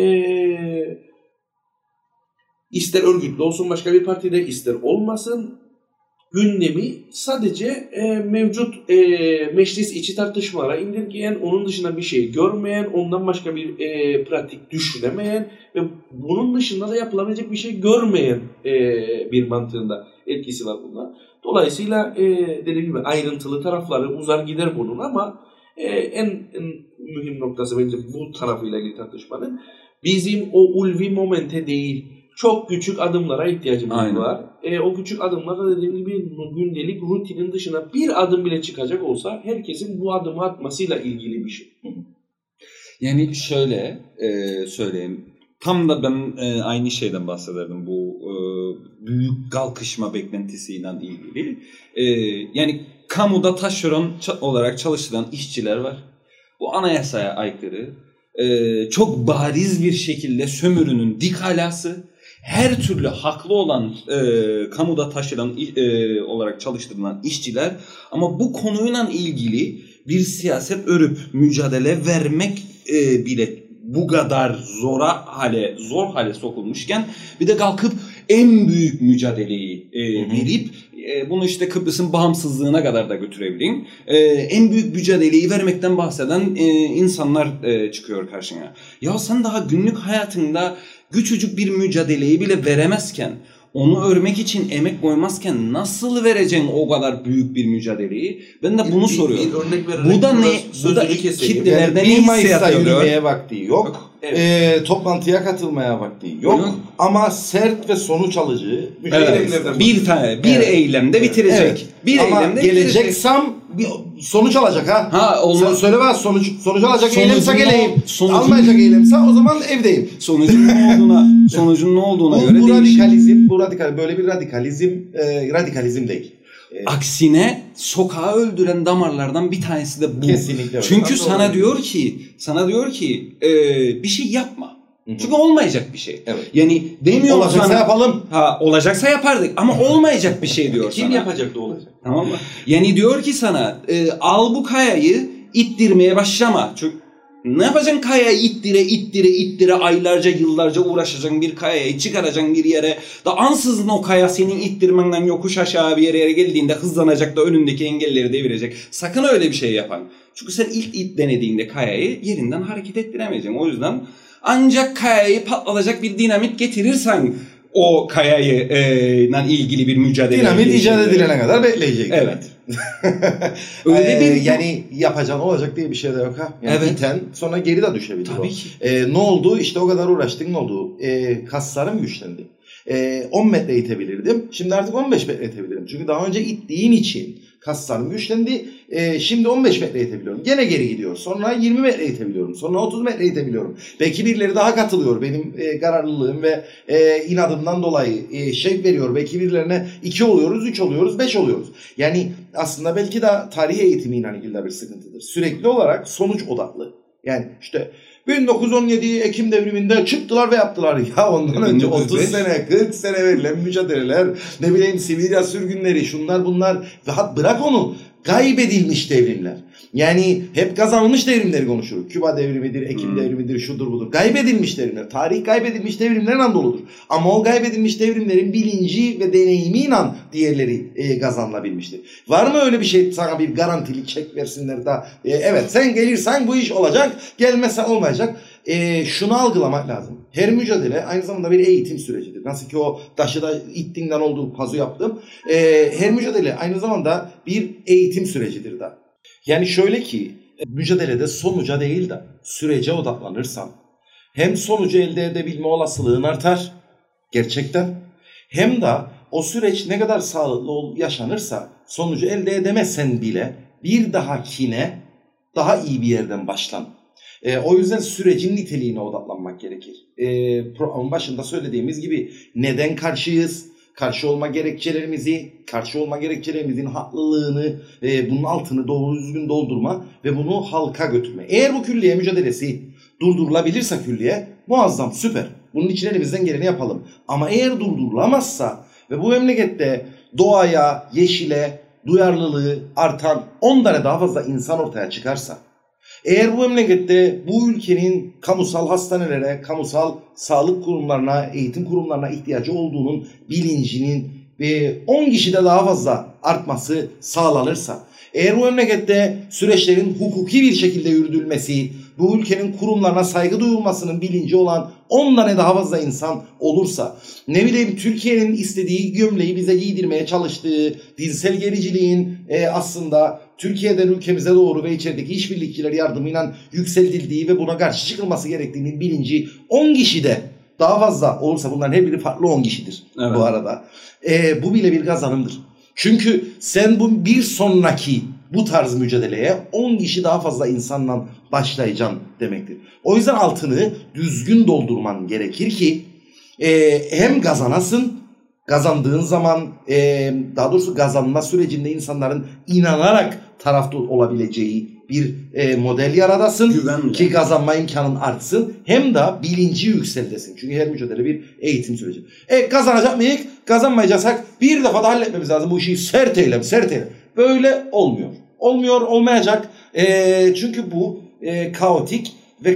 İster örgütlü olsun başka bir partide, ister olmasın, gündemi sadece mevcut meclis içi tartışmalara indirgeyen, onun dışında bir şey görmeyen, ondan başka bir pratik düşünemeyen ve bunun dışında da yapılabilecek bir şey görmeyen bir mantığında etkisi var bunda. Dolayısıyla dediğim gibi ayrıntılı tarafları uzar gider bunun ama en mühim noktası bence bu tarafıyla ilgili tartışmanın bizim o ulvi momente değil, çok küçük adımlara ihtiyacımız var. O küçük adımlarda dediğim gibi gündelik rutinin dışına bir adım bile çıkacak olsa herkesin bu adımı atmasıyla ilgili bir şey. Yani şöyle söyleyeyim. Tam da ben aynı şeyden bahsederdim bu büyük kalkışma beklentisiyle ilgili. Yani kamuda taşeron olarak çalıştıran işçiler var. Bu anayasaya aykırı. Çok bariz bir şekilde sömürünün dik alası. Her türlü haklı olan kamuda taşıran olarak çalıştırılan işçiler ama bu konuyla ilgili bir siyaset örüp mücadele vermek bile bu kadar zor hale sokulmuşken bir de kalkıp en büyük mücadeleyi verip bunu işte Kıbrıs'ın bağımsızlığına kadar da götürebileyim. En büyük mücadeleyi vermekten bahseden insanlar çıkıyor karşına. Ya sen daha günlük hayatında küçücük bir mücadeleyi bile veremezken, onu örmek için emek koymazken nasıl vereceksin o kadar büyük bir mücadeleyi? Ben de bunu soruyorum. Bu da ne? Bu da kitlelerde ne hissiyat yürümeye vakti yok. Evet. Toplantıya katılmaya vakti yok. Ama sert ve sonuç alıcı bir eylemde bitirecek. Evet. Bir ama eylemde geleceksem sonuç alacak ha. Sen söyle bana sonuç alacak eylemse geleyim. Almayacak eylemse o zaman evdeyim. Sonucun ne olduğuna göre değişir. Bu radikalizm böyle bir radikalizm değil. Aksine sokağı öldüren damarlardan bir tanesi de bu. Kesinlikle. Çünkü sana diyor ki bir şey yapma. Hı-hı. Çünkü olmayacak bir şey. Evet. Yani demiyor olacaksa sana, yapalım. Olacaksa yapardık ama olmayacak bir şey diyor sana. Kim yapacak da olacak. Tamam mı? Yani diyor ki sana al bu kayayı ittirmeye başlama. Çünkü ne yapacaksın kayayı ittire aylarca yıllarca uğraşacaksın bir kayayı çıkaracaksın bir yere da ansızın o kaya senin ittirmenden yokuş aşağı bir yere geldiğinde hızlanacak da önündeki engelleri devirecek. Sakın öyle bir şey yapma. Çünkü sen ilk denediğinde kayayı yerinden hareket ettiremeyeceksin. O yüzden ancak kayayı patlatacak bir dinamit getirirsen o kayayla ilgili bir mücadele. Dinamit icat edilene kadar bekleyecek. Evet. Öyle bir yani yapacağın olacak diye bir şey de yok ha. Yani evet. Biten sonra geri de düşebilir. Tabii ki. Ne oldu? İşte o kadar uğraştık, ne oldu? Kaslarım güçlendi. 10 metre itebilirdim. Şimdi artık 15 metre itebilirim. Çünkü daha önce ittiğim için kaslarım güçlendi. Şimdi 15 metre itebiliyorum. Gene geri gidiyor. Sonra 20 metre itebiliyorum. Sonra 30 metre itebiliyorum. Belki birileri daha katılıyor. Benim kararlılığım ve inadımdan dolayı şevk veriyor. Belki birilerine 2 oluyoruz, 3 oluyoruz, 5 oluyoruz. Yani aslında belki de tarih eğitimiyle ilgili bir sıkıntıdır. Sürekli olarak sonuç odaklı. Yani işte 1917 Ekim devriminde çıktılar ve yaptılar. Ya ondan önce 30 sene, 40 sene verilen mücadeleler, ne bileyim Sibirya sürgünleri, şunlar bunlar. Ve bırak onu, kaybedilmiş devrimler. Yani hep kazanılmış devrimleri konuşuruz. Küba devrimidir, Ekim devrimidir, şudur budur. Kaybedilmiş devrimler. Tarih kaybedilmiş devrimlerle doludur. Ama o kaybedilmiş devrimlerin bilinci ve deneyimiyle diğerleri kazanılabilmiştir. Var mı öyle bir şey, sana bir garantili çek versinler de evet sen gelirsen bu iş olacak, gelmezsen olmayacak. Şunu algılamak lazım. Her mücadele aynı zamanda bir eğitim sürecidir. Nasıl ki o taşı da ittiğinden olduğu pazu yaptım. Her mücadele aynı zamanda bir eğitim sürecidir da. Yani şöyle ki mücadelede sonuca değil de sürece odaklanırsan hem sonucu elde edebilme olasılığın artar gerçekten, hem de o süreç ne kadar sağlıklı yaşanırsa sonucu elde edemesen bile bir dahakine daha iyi bir yerden başlan. O yüzden sürecin niteliğine odaklanmak gerekir. Programın başında söylediğimiz gibi neden karşıyız? Karşı olma gerekçelerimizin haklılığını, bunun altını doğru düzgün doldurma ve bunu halka götürme. Eğer bu külliye mücadelesi durdurulabilirse külliye muazzam, süper. Bunun için elimizden geleni yapalım. Ama eğer durdurulamazsa ve bu memlekette doğaya, yeşile duyarlılığı artan 10 tane daha fazla insan ortaya çıkarsa, eğer bu memlekette bu ülkenin kamusal hastanelere, kamusal sağlık kurumlarına, eğitim kurumlarına ihtiyacı olduğunun bilincinin 10 kişide daha fazla artması sağlanırsa, eğer bu memlekette süreçlerin hukuki bir şekilde yürütülmesi, bu ülkenin kurumlarına saygı duyulmasının bilinci olan 10 tane daha fazla insan olursa, ne bileyim Türkiye'nin istediği gömleği bize giydirmeye çalıştığı, dinsel gericiliğin aslında Türkiye'den ülkemize doğru ve içerideki işbirlikçiler yardımıyla yükseltildiği ve buna karşı çıkılması gerektiğinin bilinci 10 kişide daha fazla olursa, bunların her biri farklı 10 kişidir evet. Bu arada. Bu bile bir kazanımdır. Çünkü sen bu bir sonraki bu tarz mücadeleye 10 kişi daha fazla insanla başlayacaksın demektir. O yüzden altını düzgün doldurman gerekir ki hem kazanasın, kazandığın zaman daha doğrusu kazanma sürecinde insanların inanarak tarafta olabileceği bir model yaratasın. Güvenle. Ki kazanma imkanın artsın. Hem de bilinci yükseltesin. Çünkü her mücadele bir eğitim süreci. Kazanacak mıyız? Kazanmayacaksak bir defa da halletmemiz lazım. Bu işi sert eylem. Böyle olmuyor. Olmayacak. Çünkü bu kaotik ve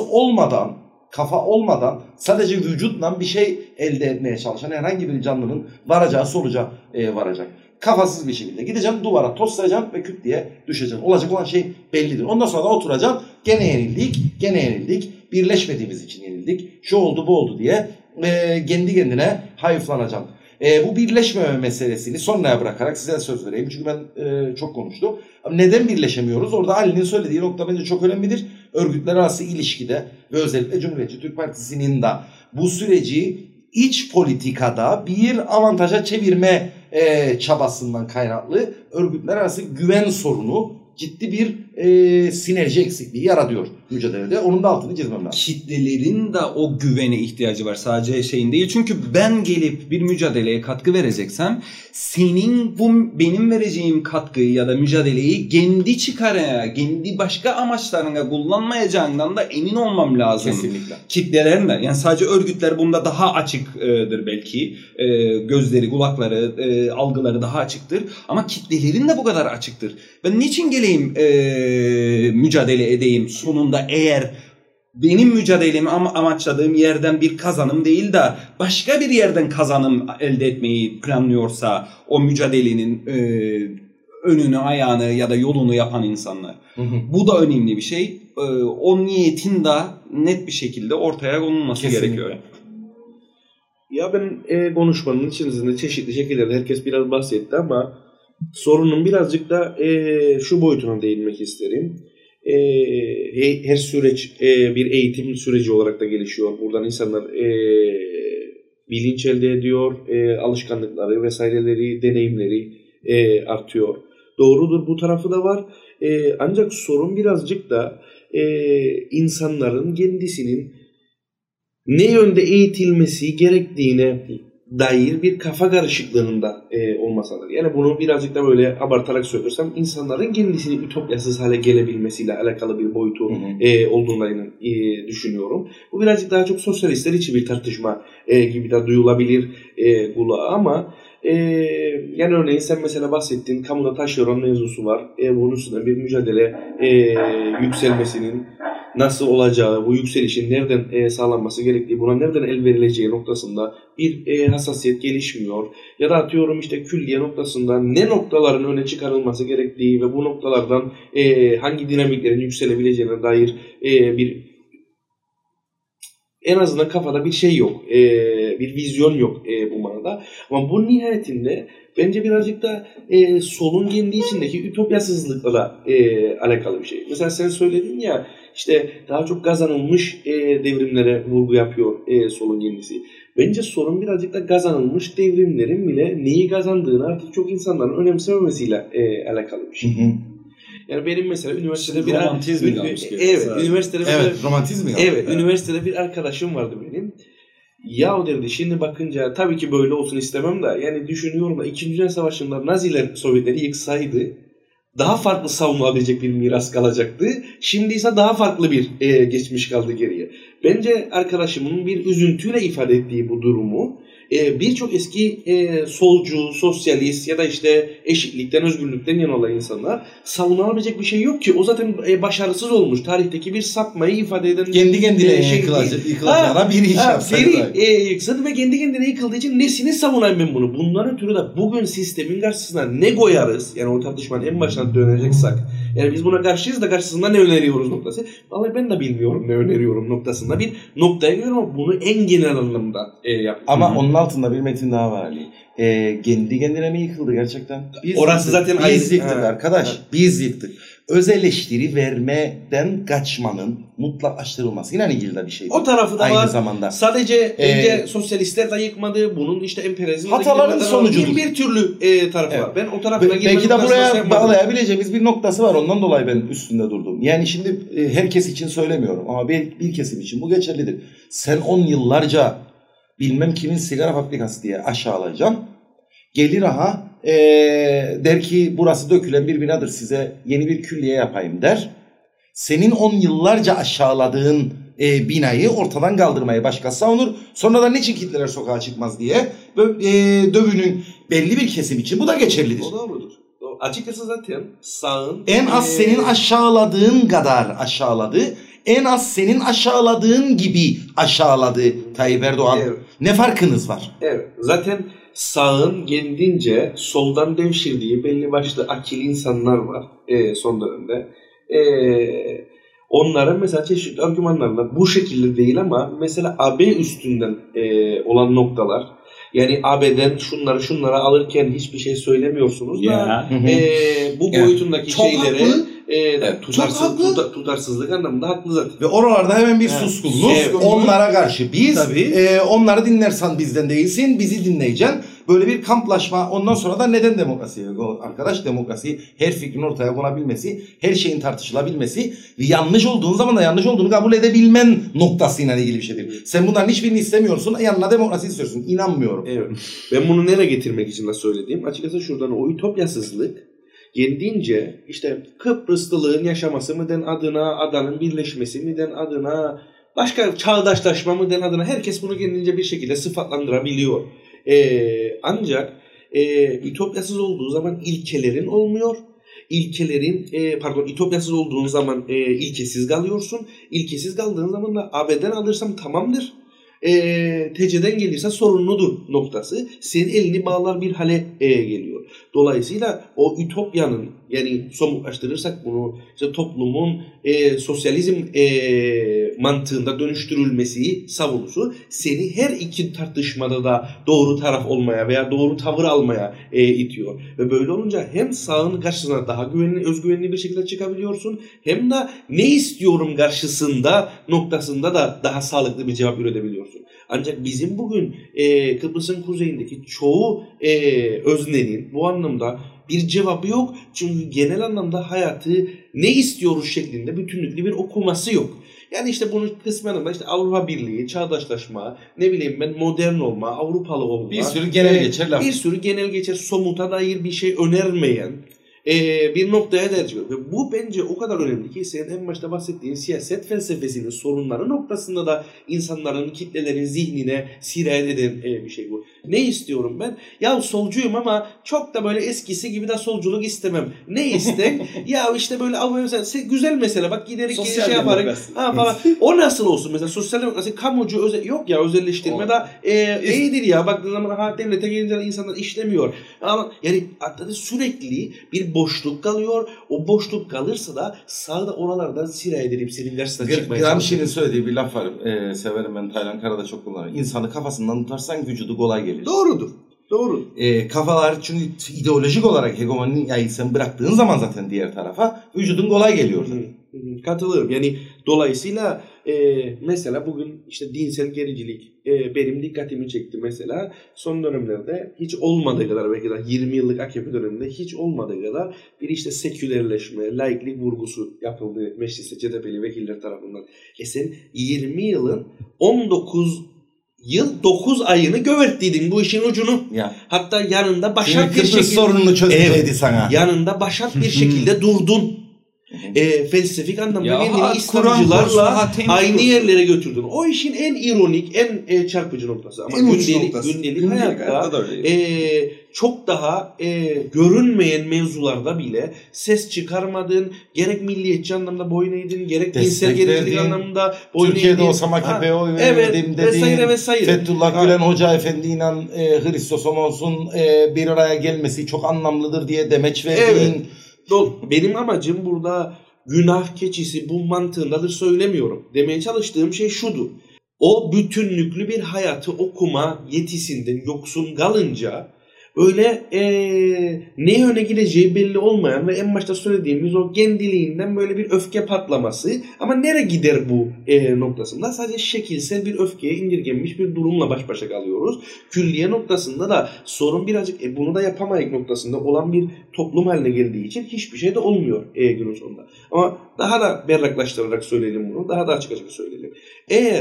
kafa olmadan sadece vücutla bir şey elde etmeye çalışan herhangi bir canlının varacağı sonuca varacak. Kafasız bir şekilde gideceksin, duvara toslayacaksın ve küt diye düşeceksin. Olacak olan şey bellidir. Ondan sonra da oturacaksın. Gene yenildik. Birleşmediğimiz için yenildik. Şu oldu bu oldu diye kendi kendine hayıflanacaksın. Bu birleşmeme meselesini sonraya bırakarak size söz vereyim. Çünkü ben çok konuştum. Neden birleşemiyoruz? Orada Ali'nin söylediği nokta bence çok önemlidir. Örgütler arası ilişkide ve özellikle Cumhuriyetçi Türk Partisi'nin de bu süreci iç politikada bir avantaja çevirme çabasından kaynaklı örgütler arası güven sorunu ciddi bir sinerji eksikliği yaratıyor mücadelede. Onun da altını çizmem lazım. Kitlelerin de o güvene ihtiyacı var. Sadece şeyin değil. Çünkü ben gelip bir mücadeleye katkı vereceksem senin benim vereceğim katkıyı ya da mücadeleyi kendi çıkarına, kendi başka amaçlarına kullanmayacağından da emin olmam lazım. Kesinlikle. Kitlelerin de. Yani sadece örgütler bunda daha açıktır belki. Gözleri, kulakları, algıları daha açıktır. Ama kitlelerin de bu kadar açıktır. Ben niçin geleyim mücadele edeyim sonunda, eğer benim mücadelemi amaçladığım yerden bir kazanım değil de başka bir yerden kazanım elde etmeyi planlıyorsa o mücadelenin önünü, ayağını ya da yolunu yapan insanlar. Bu da önemli bir şey. O niyetin de net bir şekilde ortaya konulması kesinlikle gerekiyor. Ya ben konuşmanın içerisinde çeşitli şekillerde herkes biraz bahsetti ama sorunun birazcık da şu boyutuna değinmek isterim. Her süreç bir eğitim süreci olarak da gelişiyor. Buradan insanlar bilinç elde ediyor, alışkanlıkları vesaireleri, deneyimleri artıyor. Doğrudur, bu tarafı da var. Ancak sorun birazcık da insanların kendisinin ne yönde eğitilmesi gerektiğine dair bir kafa karışıklığının da olmasıdır. Yani bunu birazcık da böyle abartarak söylersem insanların kendisini ütopyasız hale gelebilmesiyle alakalı bir boyutu olduğunu düşünüyorum. Bu birazcık daha çok sosyalistler için bir tartışma gibi de duyulabilir kulağa ama yani örneğin sen mesela bahsettiğin kamuda taşeron mevzusu var. Bunun üstüne bir mücadele yükselmesinin nasıl olacağı, bu yükselişin nereden sağlanması gerektiği, buna nereden el verileceği noktasında bir hassasiyet gelişmiyor. Ya da atıyorum işte külliye noktasında ne noktaların öne çıkarılması gerektiği ve bu noktalardan hangi dinamiklerin yükselebileceğine dair bir En azından kafada bir şey yok. Bir vizyon yok bu manada. Ama bu nihayetinde bence birazcık da solun kendi içindeki ütopyasızlıkla da alakalı bir şey. Mesela sen söyledin ya işte daha çok kazanılmış devrimlere vurgu yapıyor solun kendisi. Bence sorun birazcık da kazanılmış devrimlerin bile neyi kazandığını artık çok insanların önemsememesiyle alakalı bir şey. Hı hı. Yani benim mesela üniversitede bir romantizmi kalmış. Evet, üniversitede romantizmi kalmış. Evet, üniversitede bir arkadaşım vardı benim. Ya o dedi şimdi bakınca tabii ki böyle olsun istemem de yani düşünüyorum da 2. Dünya Savaşı'nda Naziler Sovyetleri yıksaydı daha farklı savunulabilecek bir miras kalacaktı. Şimdi ise daha farklı bir geçmiş kaldı geriye. Bence arkadaşımın bir üzüntüyle ifade ettiği bu durumu birçok eski solcu, sosyalist ya da işte eşitlikten, özgürlükten yana olan insanlar savunabilecek bir şey yok ki. O zaten başarısız olmuş. Tarihteki bir sapmayı ifade eden... Kendi kendine yıkılacağına biri iş yapsaydı. Biri yıksadı ve kendi kendine yıkıldığı için nesini savunayım ben bunu? Bundan ötürü de bugün sistemin karşısına ne koyarız? Yani o tartışmanın en başına döneceksek. Yani biz buna karşıyız da karşısında ne öneriyoruz noktası. Vallahi ben de bilmiyorum ne öneriyorum noktasında bir noktaya geliyorum ama bunu en genel anlamda yapıyorum. Ama onun altında bir metin daha var Ali. Kendi kendine mi yıkıldı gerçekten? Orası zaten biz yıktık arkadaş. Biz yıktık. Öz eleştiri vermeden kaçmanın mutlaklaştırılmasıyla ilgili de bir şey. O tarafı da aynı var. Zamanda. Sadece önce sosyalistler de yıkmadı. Bunun işte emperyalizm hataların sonucudur. Bir türlü tarafı var. Ben o tarafına belki de buraya bağlayabileceğimiz bir noktası var. Ondan dolayı ben üstünde durdum. Yani şimdi herkes için söylemiyorum ama bir kesim için bu geçerlidir. Sen 10 yıllarca bilmem kimin sigara fabrikası diye aşağılayacaksın. Gelir der ki burası dökülen bir binadır, size yeni bir külliye yapayım der. Senin 10 yıllarca aşağıladığın binayı ortadan kaldırmayı başkası savunur. Sonra da niçin kitleler sokağa çıkmaz diye dövünün belli bir kesim için bu da geçerlidir. O doğrudur. Açıkçası zaten sağın... En az senin aşağıladığın kadar aşağıladı. En az senin aşağıladığın gibi aşağıladı Tayyip Erdoğan. Evet. Ne farkınız var? Evet. Zaten sağın kendince soldan devşirdiği belli başlı akil insanlar var son dönemde. Onların mesela çeşitli argümanlarla bu şekilde değil ama mesela AB üstünden olan noktalar. Yani AB'den şunları alırken hiçbir şey söylemiyorsunuz da bu boyutundaki şeylere tutarsızlık anlamında haklı zaten. Ve oralarda hemen bir suskunluk onlara karşı. Biz onları dinlersen bizden değilsin, bizi dinleyeceksin. Böyle bir kamplaşma, ondan sonra da neden demokrasi? Arkadaş, demokrasi her fikrin ortaya konabilmesi, her şeyin tartışılabilmesi ve yanlış olduğun zaman da yanlış olduğunu kabul edebilmen noktasıyla ilgili bir şeydir. Sen bunların hiçbirini istemiyorsun, yanına demokrasi istiyorsun. İnanmıyorum. Evet. Ben bunu nereye getirmek için de söylediğim, açıkçası şuradan o ütopyasızlık kendince işte Kıbrıslılığın yaşaması mıden adına, adanın birleşmesi miden adına, başka çağdaşlaşma mıden adına herkes bunu kendince bir şekilde sıfatlandırabiliyor. Ancak ütopyasız olduğu zaman ilkelerin olmuyor. İtopyasız olduğun zaman ilkesiz kalıyorsun. İlkesiz kaldığın zaman da AB'den alırsam tamamdır. TC'den gelirse sorunludur noktası senin elini bağlar bir hale geliyor. Dolayısıyla o ütopyanın, yani somutlaştırırsak bunu işte toplumun sosyalizm mantığında dönüştürülmesi savunusu seni her iki tartışmada da doğru taraf olmaya veya doğru tavır almaya itiyor. Ve böyle olunca hem sağın karşısına daha özgüvenli bir şekilde çıkabiliyorsun, hem de ne istiyorum karşısında noktasında da daha sağlıklı bir cevap üretebiliyorsun. Ancak bizim bugün Kıbrıs'ın kuzeyindeki çoğu öznenin bu anlamda bir cevabı yok. Çünkü genel anlamda hayatı ne istiyoruz şeklinde bütünlüklü bir okuması yok. Yani işte bunu kısmen ama işte Avrupa Birliği, çağdaşlaşma, ne bileyim ben modern olma, Avrupalı olma. Bir sürü genel geçer laf. Bir sürü genel geçer, somuta dair bir şey önermeyen bir noktaya tercih ediyor. Ve bu bence o kadar önemli ki senin en başta bahsettiğin siyaset felsefesinin sorunları noktasında da insanların, kitlelerin zihnine sirayet eden bir şey bu. Ne istiyorum ben? Ya solcuyum ama çok da böyle eskisi gibi de solculuk istemem. Ne istek? Ya işte böyle güzel mesele bak giderek şey yaparız. Falan. O nasıl olsun mesela sosyal demokrasi kamucu yok ya özelleştirme de iyidir ya baktığın zaman devlete gelince insanlar işlemiyor. Ama yani sürekli bir boşluk kalıyor. O boşluk kalırsa da sağda oralardan sirayet edip senin karşısına çıkmaya çalışıyor. Gramsci'nin söylediği bir laf var. Severim ben, Taylan Kara'da çok kullanır. İnsanı kafasından tutarsan vücudu kolay gelir. Doğrudur. Doğru. Kafalar çünkü ideolojik olarak hegemoninin yayı sen bıraktığın zaman zaten diğer tarafa vücudun kolay geliyor zaten. Katılıyorum. Yani dolayısıyla mesela bugün işte dinsel gericilik benim dikkatimi çekti mesela. Son dönemlerde hiç olmadığı kadar, belki de 20 yıllık AKP döneminde hiç olmadığı kadar bir işte sekülerleşme, laiklik vurgusu yapıldı mecliste CHP'li vekiller tarafından. Sen 20 yılın 19 yıl 9 ayını göverttiydin bu işin ucunu. Ya. Hatta yanında başat bir şekilde sorununu çözmeydi sana. Yanında başat bir şekilde durdun. Felsefik anlamda ya, kendini İslamcılarla aynı yerlere götürdün. O işin en ironik, en çarpıcı noktası. Ama gündelik hayatta çok daha görünmeyen mevzularda bile ses çıkarmadın. Gerek milliyetçi anlamda boyun eğdin, gerek dinsel gericilik anlamda boyun eğdin. Türkiye'de olsam AKP'ye oy verirdim dediğin Fethullah Gülen Hoca Efendi'yle Hristosomos'un bir araya gelmesi çok anlamlıdır diye demeç verdiğin. Evet. Benim amacım burada günah keçisi bu mantığındadır söylemiyorum. Demeye çalıştığım şey şudur. O bütünlüklü bir hayatı okuma yetisinden yoksun kalınca öyle ne yöne gideceği belli olmayan ve en başta söylediğimiz o kendiliğinden böyle bir öfke patlaması, ama nereye gider bu noktasında sadece şekilsel bir öfkeye indirgenmiş bir durumla baş başa kalıyoruz. Külliye noktasında da sorun birazcık bunu da yapamayık noktasında olan bir toplum haline geldiği için hiçbir şey de olmuyor günün sonunda. Ama daha da berraklaştırarak söyleyelim bunu, daha da açık açık söyleyelim. Eğer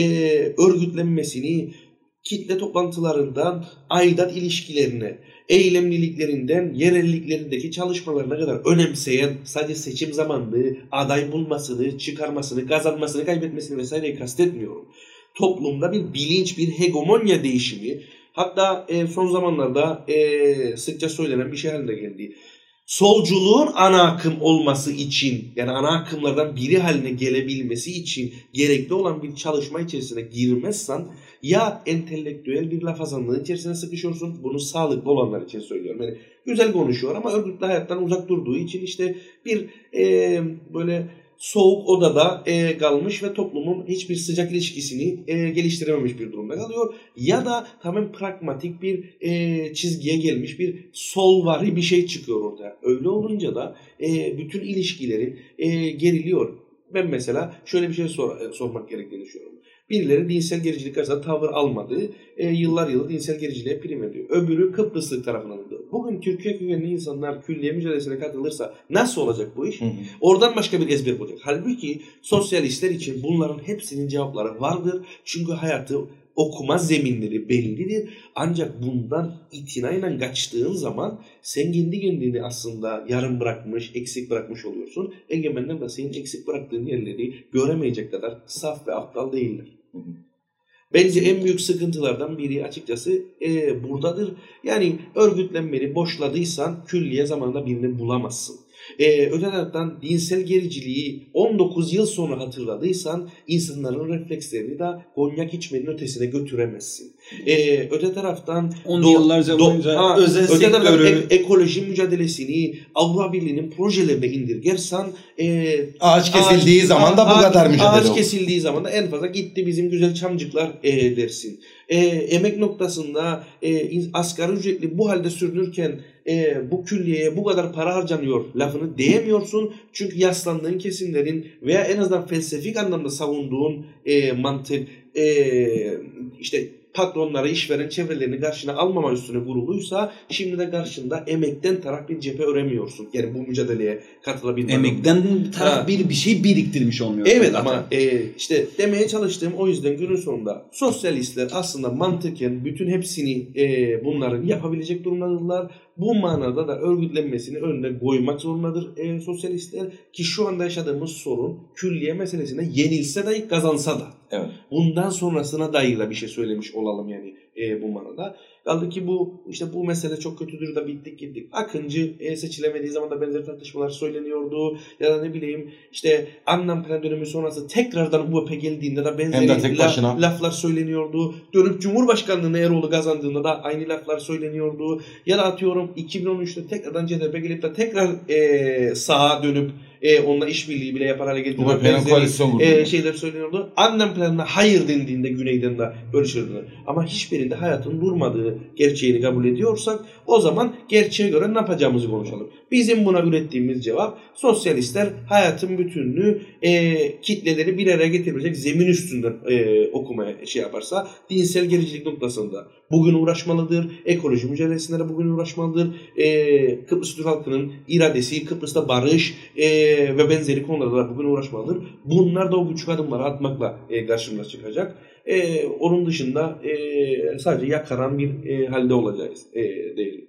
örgütlenmesini kitle toplantılarından aidat ilişkilerine, eylemliliklerinden yerelliklerindeki çalışmalarına kadar önemseyen, sadece seçim zamanını, aday bulmasını, çıkarmasını, kazanmasını, kaybetmesini vesaireyi kastetmiyorum. Toplumda bir bilinç, bir hegemonya değişimi, hatta son zamanlarda sıkça söylenen bir şey haline geldi. Solculuğun ana akım olması için, yani ana akımlardan biri haline gelebilmesi için gerekli olan bir çalışma içerisine girmezsen ya entelektüel bir lafazanlığın içerisine sıkışıyorsun. Bunu sağlıklı olanlar için söylüyorum. Yani güzel konuşuyor ama örgütlü hayattan uzak durduğu için işte bir böyle soğuk odada kalmış ve toplumun hiçbir sıcak ilişkisini geliştirememiş bir durumda kalıyor. Ya da tamamen pragmatik bir çizgiye gelmiş bir solvari bir şey çıkıyor ortaya. Öyle olunca da bütün ilişkileri geriliyor. Ben mesela şöyle bir şey sormak gerektiğini düşünüyorum. Birileri dinsel gericilik karşısında tavır almadı. Yıllar yılı dinsel gericiliğe prim ediyor. Öbürü Kıbrıslık tarafından alındı. Bugün Türkiye kökenli insanlar külliye mücadelesine katılırsa nasıl olacak bu iş? Oradan başka bir ezber bulacak. Halbuki sosyalistler için bunların hepsinin cevapları vardır. Çünkü hayatı okuma zeminleri bellidir. Ancak bundan itinayla kaçtığın zaman sen kendi kendini aslında yarım bırakmış, eksik bırakmış oluyorsun. Egemenler de senin eksik bıraktığın yerleri göremeyecek kadar saf ve aptal değiller. Bence en büyük sıkıntılardan biri açıkçası buradadır. Yani örgütlenmeni boşladıysan külliye zamanında birini bulamazsın. Öte taraftan dinsel gericiliği 19 yıl sonra hatırladıysan insanların reflekslerini de konyak içmenin ötesine götüremezsin. Öte taraftan 10 yıllarca boyunca özel sektörü, ekoloji mücadelesini Avrupa Birliği'nin projelerine indirgersen ağaç kesildiği zaman da bu kadar mücadele olur. Ağaç kesildiği zaman da en fazla gitti bizim güzel çamcıklar dersin. Emek noktasında asgari ücretli bu halde sürdürürken bu külliyeye bu kadar para harcanıyor lafını diyemiyorsun. Çünkü yaslandığın kesimlerin veya en azından felsefik anlamda savunduğun mantık işte patronları, işveren çevrelerini karşına almama üstüne kuruluysa şimdi de karşında emekten taraf bir cephe öremiyorsun. Yani bu mücadeleye katılabilmek. Emekten taraf bir şey biriktirmiş olmuyor. Evet ama işte demeye çalıştığım o yüzden günün sonunda sosyalistler aslında mantıken bütün hepsini bunların yapabilecek durumdadılar. Bu manada da örgütlenmesini önüne koymak zorundadır sosyalistler ki şu anda yaşadığımız sorun külliye meselesine yenilse de kazansa da. Evet. Bundan sonrasına dair de bir şey söylemiş olalım yani bu manada. Kaldı ki bu mesele çok kötüdür da bittik gittik. Akıncı seçilemediği zaman da benzer tartışmalar söyleniyordu. Ya da ne bileyim Annan plan dönemi sonrası tekrardan UEP geldiğinde de benzeri laflar söyleniyordu. Dönüp Cumhurbaşkanlığı'nı Eroğlu kazandığında da aynı laflar söyleniyordu. Ya da atıyorum 2013'te tekrardan CHP gelip de tekrar sağa dönüp onunla işbirliği bile yapar hale getirdiler. Benzeri şeyler söyleniyordu. Annan planına hayır dendiğinde Güney'den de bölüşürdüler. Ama hiçbirinde hayatın durmadığı gerçeğini kabul ediyorsak o zaman gerçeğe göre ne yapacağımızı konuşalım. Bizim buna ürettiğimiz cevap sosyalistler hayatın bütünlüğü kitleleri bir araya getirecek zemin üstünden okumaya yaparsa dinsel gericilik noktasında bugün uğraşmalıdır. Ekoloji mücadelesinde de bugün uğraşmalıdır. Kıbrıs Türk halkının iradesi, Kıbrıs'ta barış ve benzeri konularda da bugün uğraşmalıdır. Bunlar da o küçük adımları atmakla karşımıza çıkacak. Onun dışında sadece yakaran bir halde olacağız değil.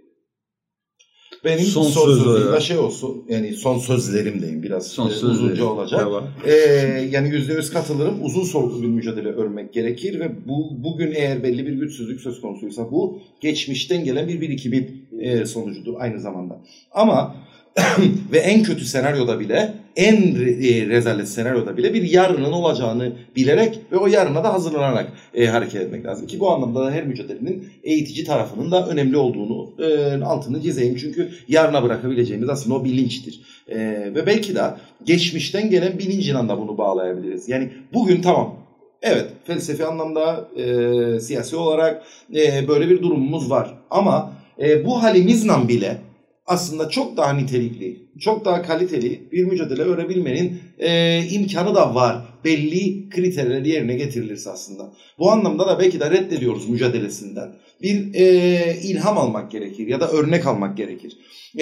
Benim son sözlerim olsun. Yani son sözlerim diyeyim. Biraz uzunca olacak. Yani %100 katılırım. Uzun soluklu bir mücadele örmek gerekir ve bugün eğer belli bir güçsüzlük söz konusuysa bu geçmişten gelen bir birikimin sonucudur aynı zamanda. Ama ve en kötü senaryoda bile, en rezalet senaryoda bile bir yarının olacağını bilerek ve o yarına da hazırlanarak hareket etmek lazım. Ki bu anlamda da her mücadelenin eğitici tarafının da önemli olduğunu altını çizeyim. Çünkü yarına bırakabileceğimiz aslında o bilinçtir. Ve belki de geçmişten gelen bilincin anda bunu bağlayabiliriz. Yani bugün tamam. Evet, felsefi anlamda, siyasi olarak böyle bir durumumuz var. Ama bu halimizle bile aslında çok daha nitelikli, çok daha kaliteli bir mücadele örebilmenin imkanı da var. Belli kriterleri yerine getirilirse aslında. Bu anlamda da belki de reddediyoruz mücadelesinden. Bir ilham almak gerekir ya da örnek almak gerekir.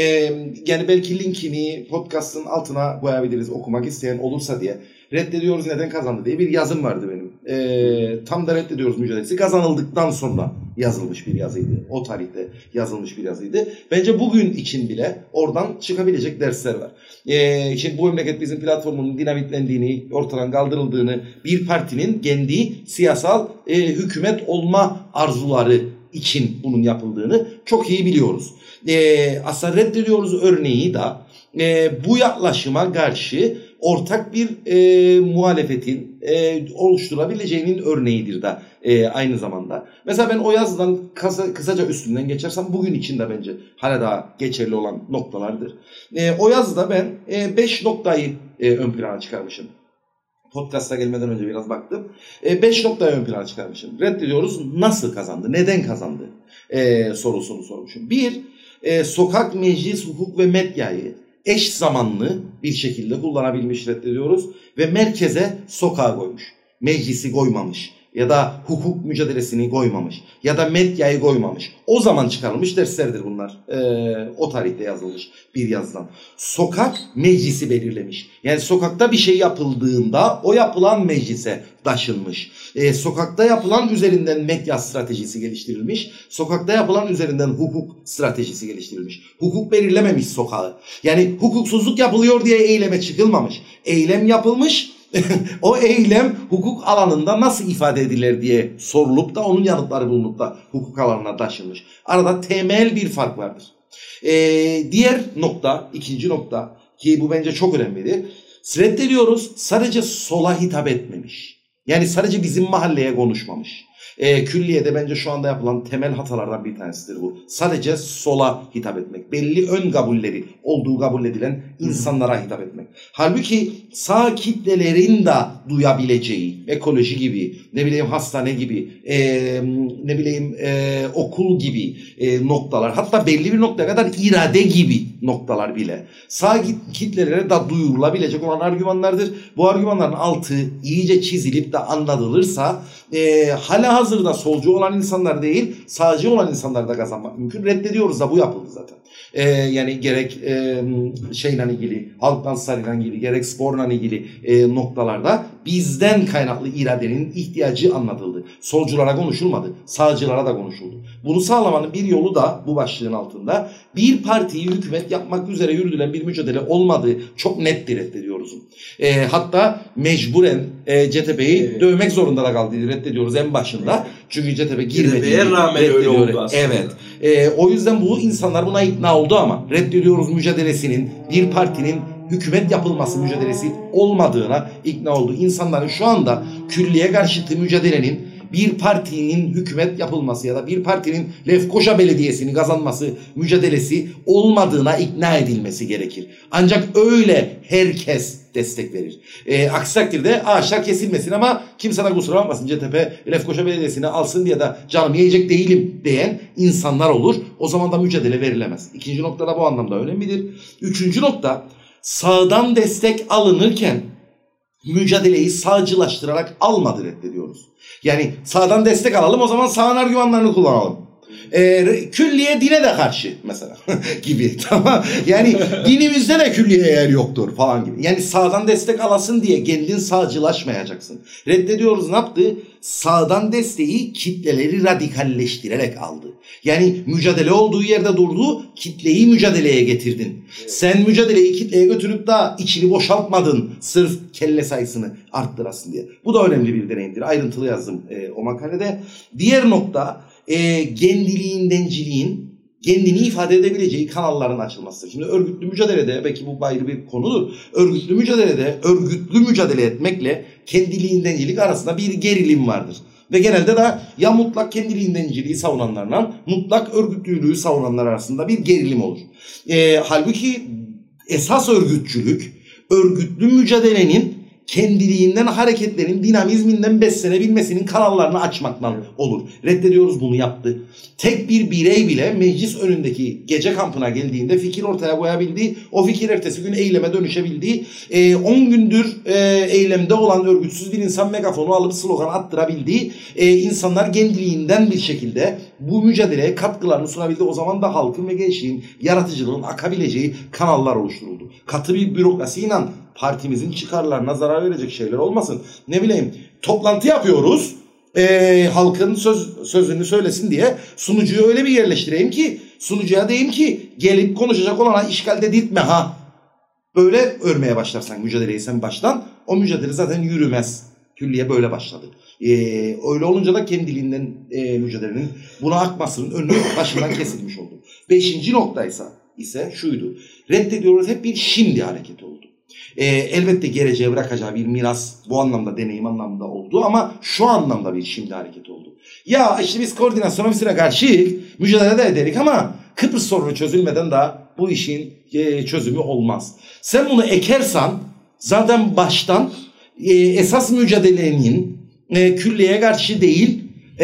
Yani belki linkini podcast'ın altına koyabiliriz okumak isteyen olursa diye. Reddediyoruz neden kazandı diye bir yazım vardı benim. Tam da reddediyoruz mücadelesi kazanıldıktan sonra yazılmış bir yazıydı. O tarihte yazılmış bir yazıydı. Bence bugün için bile oradan çıkabilecek dersler var. Şimdi bu memleket bizim platformunun dinamitlendiğini, ortadan kaldırıldığını, bir partinin kendi siyasal hükümet olma arzuları için bunun yapıldığını çok iyi biliyoruz. Aslında reddediyoruz örneği da bu yaklaşıma karşı ortak bir muhalefetin oluşturabileceğinin örneğidir de aynı zamanda. Mesela ben o yazıdan kısaca üstünden geçersem bugün için de bence hala daha geçerli olan noktalardır. O yazıda ben 5 noktayı ön plana çıkarmışım. Podcast'a gelmeden önce biraz baktım. 5 noktayı ön plana çıkarmışım. Reddediyoruz nasıl kazandı, neden kazandı sorusunu sormuşum. 1. Sokak, meclis, hukuk ve medyayı eş zamanlı bir şekilde kullanabilmiş reddediyoruz ve merkeze sokağa koymuş. Meclisi koymamış ya da hukuk mücadelesini koymamış ya da medyayı koymamış. O zaman çıkarılmış derslerdir bunlar. O tarihte yazılmış bir yazıdan. Sokak meclisi belirlemiş. Yani sokakta bir şey yapıldığında o yapılan meclise taşınmış. Sokakta yapılan üzerinden medya stratejisi geliştirilmiş. Sokakta yapılan üzerinden hukuk stratejisi geliştirilmiş. Hukuk belirlememiş sokağı. Yani hukuksuzluk yapılıyor diye eyleme çıkılmamış. Eylem yapılmış. O eylem hukuk alanında nasıl ifade edilir diye sorulup da onun yanıtları bulunup da hukuk alanına taşınmış. Arada temel bir fark vardır. Diğer nokta, ikinci nokta ki bu bence çok önemlidir. Reddediyoruz sadece sola hitap etmemiş. Yani sadece bizim mahalleye konuşmamış. Külliyede bence şu anda yapılan temel hatalardan bir tanesidir bu. Sadece sola hitap etmek. Belli ön kabulleri olduğu kabul edilen insanlara hitap etmek. Halbuki sağ kitlelerin de duyabileceği ekoloji gibi, ne bileyim hastane gibi, ne bileyim okul gibi noktalar, hatta belli bir noktaya kadar irade gibi noktalar bile sağ kitlelere de duyurulabilecek olan argümanlardır. Bu argümanların altı iyice çizilip de anlatılırsa hala hazırda solcu olan insanlar değil, sağcı olan insanlar da kazanmak mümkün. Reddediyoruz da bu yapıldı zaten. Yani gerek şeyle ilgili, halk danslarıyla ilgili, gerek sporla ilgili noktalarda bizden kaynaklı iradenin ihtiyacı anlatıldı. Solculara konuşulmadı, sağcılara da konuşuldu. Bunu sağlamanın bir yolu da bu başlığın altında bir partiyi hükümet yapmak üzere yürütülen bir mücadele olmadığı çok net reddediyoruz. Hatta mecburen CTP'yi dövmek zorunda da kaldı. Reddediyoruz en başında. Çünkü CTP girmedi. CTP'ye rağmen öyle oldu aslında. Evet. O yüzden bu insanlar buna ikna oldu ama reddediyoruz mücadelesinin bir partinin hükümet yapılması mücadelesi olmadığına ikna oldu. İnsanların şu anda külliye karşıtı mücadelenin bir partinin hükümet yapılması ya da bir partinin Lefkoşa Belediyesi'ni kazanması mücadelesi olmadığına ikna edilmesi gerekir. Ancak öyle herkes destek verir. Aksi takdirde ağaçlar kesilmesin ama kimse de kusura bakmasın CTP Lefkoşa Belediyesi'ni alsın diye de canımı yiyecek değilim diyen insanlar olur. O zaman da mücadele verilemez. İkinci nokta da bu anlamda önemlidir. Üçüncü nokta, sağdan destek alınırken mücadeleyi sağcılaştırarak almadı reddediyoruz. Yani sağdan destek alalım, o zaman sağın argümanlarını kullanalım. Külliye dine de karşı mesela gibi, tamam. Yani dinimizde de külliye yer yoktur falan gibi. Yani sağdan destek alasın diye kendin sağcılaşmayacaksın. Reddediyoruz ne yaptı? Sağdan desteği kitleleri radikalleştirerek aldı. Yani mücadele olduğu yerde durdu, kitleyi mücadeleye getirdin. Sen mücadeleyi kitleye götürüp da içini boşaltmadın sırf kelle sayısını arttırasın diye. Bu da önemli bir deneyimdir. Ayrıntılı yazdım o makalede. Diğer nokta, kendiliğindenciliğin kendini ifade edebileceği kanalların açılması. Şimdi örgütlü mücadelede, belki bu ayrı bir konudur. Örgütlü mücadelede örgütlü mücadele etmekle kendiliğindencilik arasında bir gerilim vardır. Ve genelde de ya mutlak kendiliğindenciliği savunanlarla mutlak örgütlülüğü savunanlar arasında bir gerilim olur. Halbuki esas örgütçülük, örgütlü mücadelenin kendiliğinden hareketlerin dinamizminden beslenebilmesinin kanallarını açmaktan olur. Reddediyoruz bunu yaptı. Tek bir birey bile meclis önündeki gece kampına geldiğinde fikir ortaya koyabildiği, o fikir ertesi gün eyleme dönüşebildiği, 10 gündür eylemde olan örgütsüz bir insan megafonu alıp slogan attırabildiği, insanlar kendiliğinden bir şekilde bu mücadeleye katkılarını sunabildi. O zaman da halkın ve gençliğin yaratıcılığın akabileceği kanallar oluşturuldu. Katı bir bürokrasiyle partimizin çıkarlarına zarar verecek şeyler olmasın. Ne bileyim, toplantı yapıyoruz. Halkın sözünü söylesin diye sunucuyu öyle bir yerleştireyim ki sunucuya diyeyim ki gelip konuşacak olana işgal dedirtme ha. Böyle örmeye başlarsan mücadeleyi sen baştan, o mücadele zaten yürümez. Külliye böyle başladı. Öyle olunca da kendiliğinden mücadelenin buna akmasının önünü başından kesilmiş oldu. 5. nokta ise şuydu. Reddediyoruz hep bir şimdi hareketi oldu. Elbette geleceğe bırakacağı bir miras bu anlamda, deneyim anlamda oldu ama şu anlamda bir şimdi hareket oldu. Ya işte biz koordinasyon ofisine karşıyız, mücadele de ederik ama Kıbrıs sorunu çözülmeden daha bu işin çözümü olmaz. Sen bunu ekersen zaten baştan esas mücadelenin külliyeye karşı değil,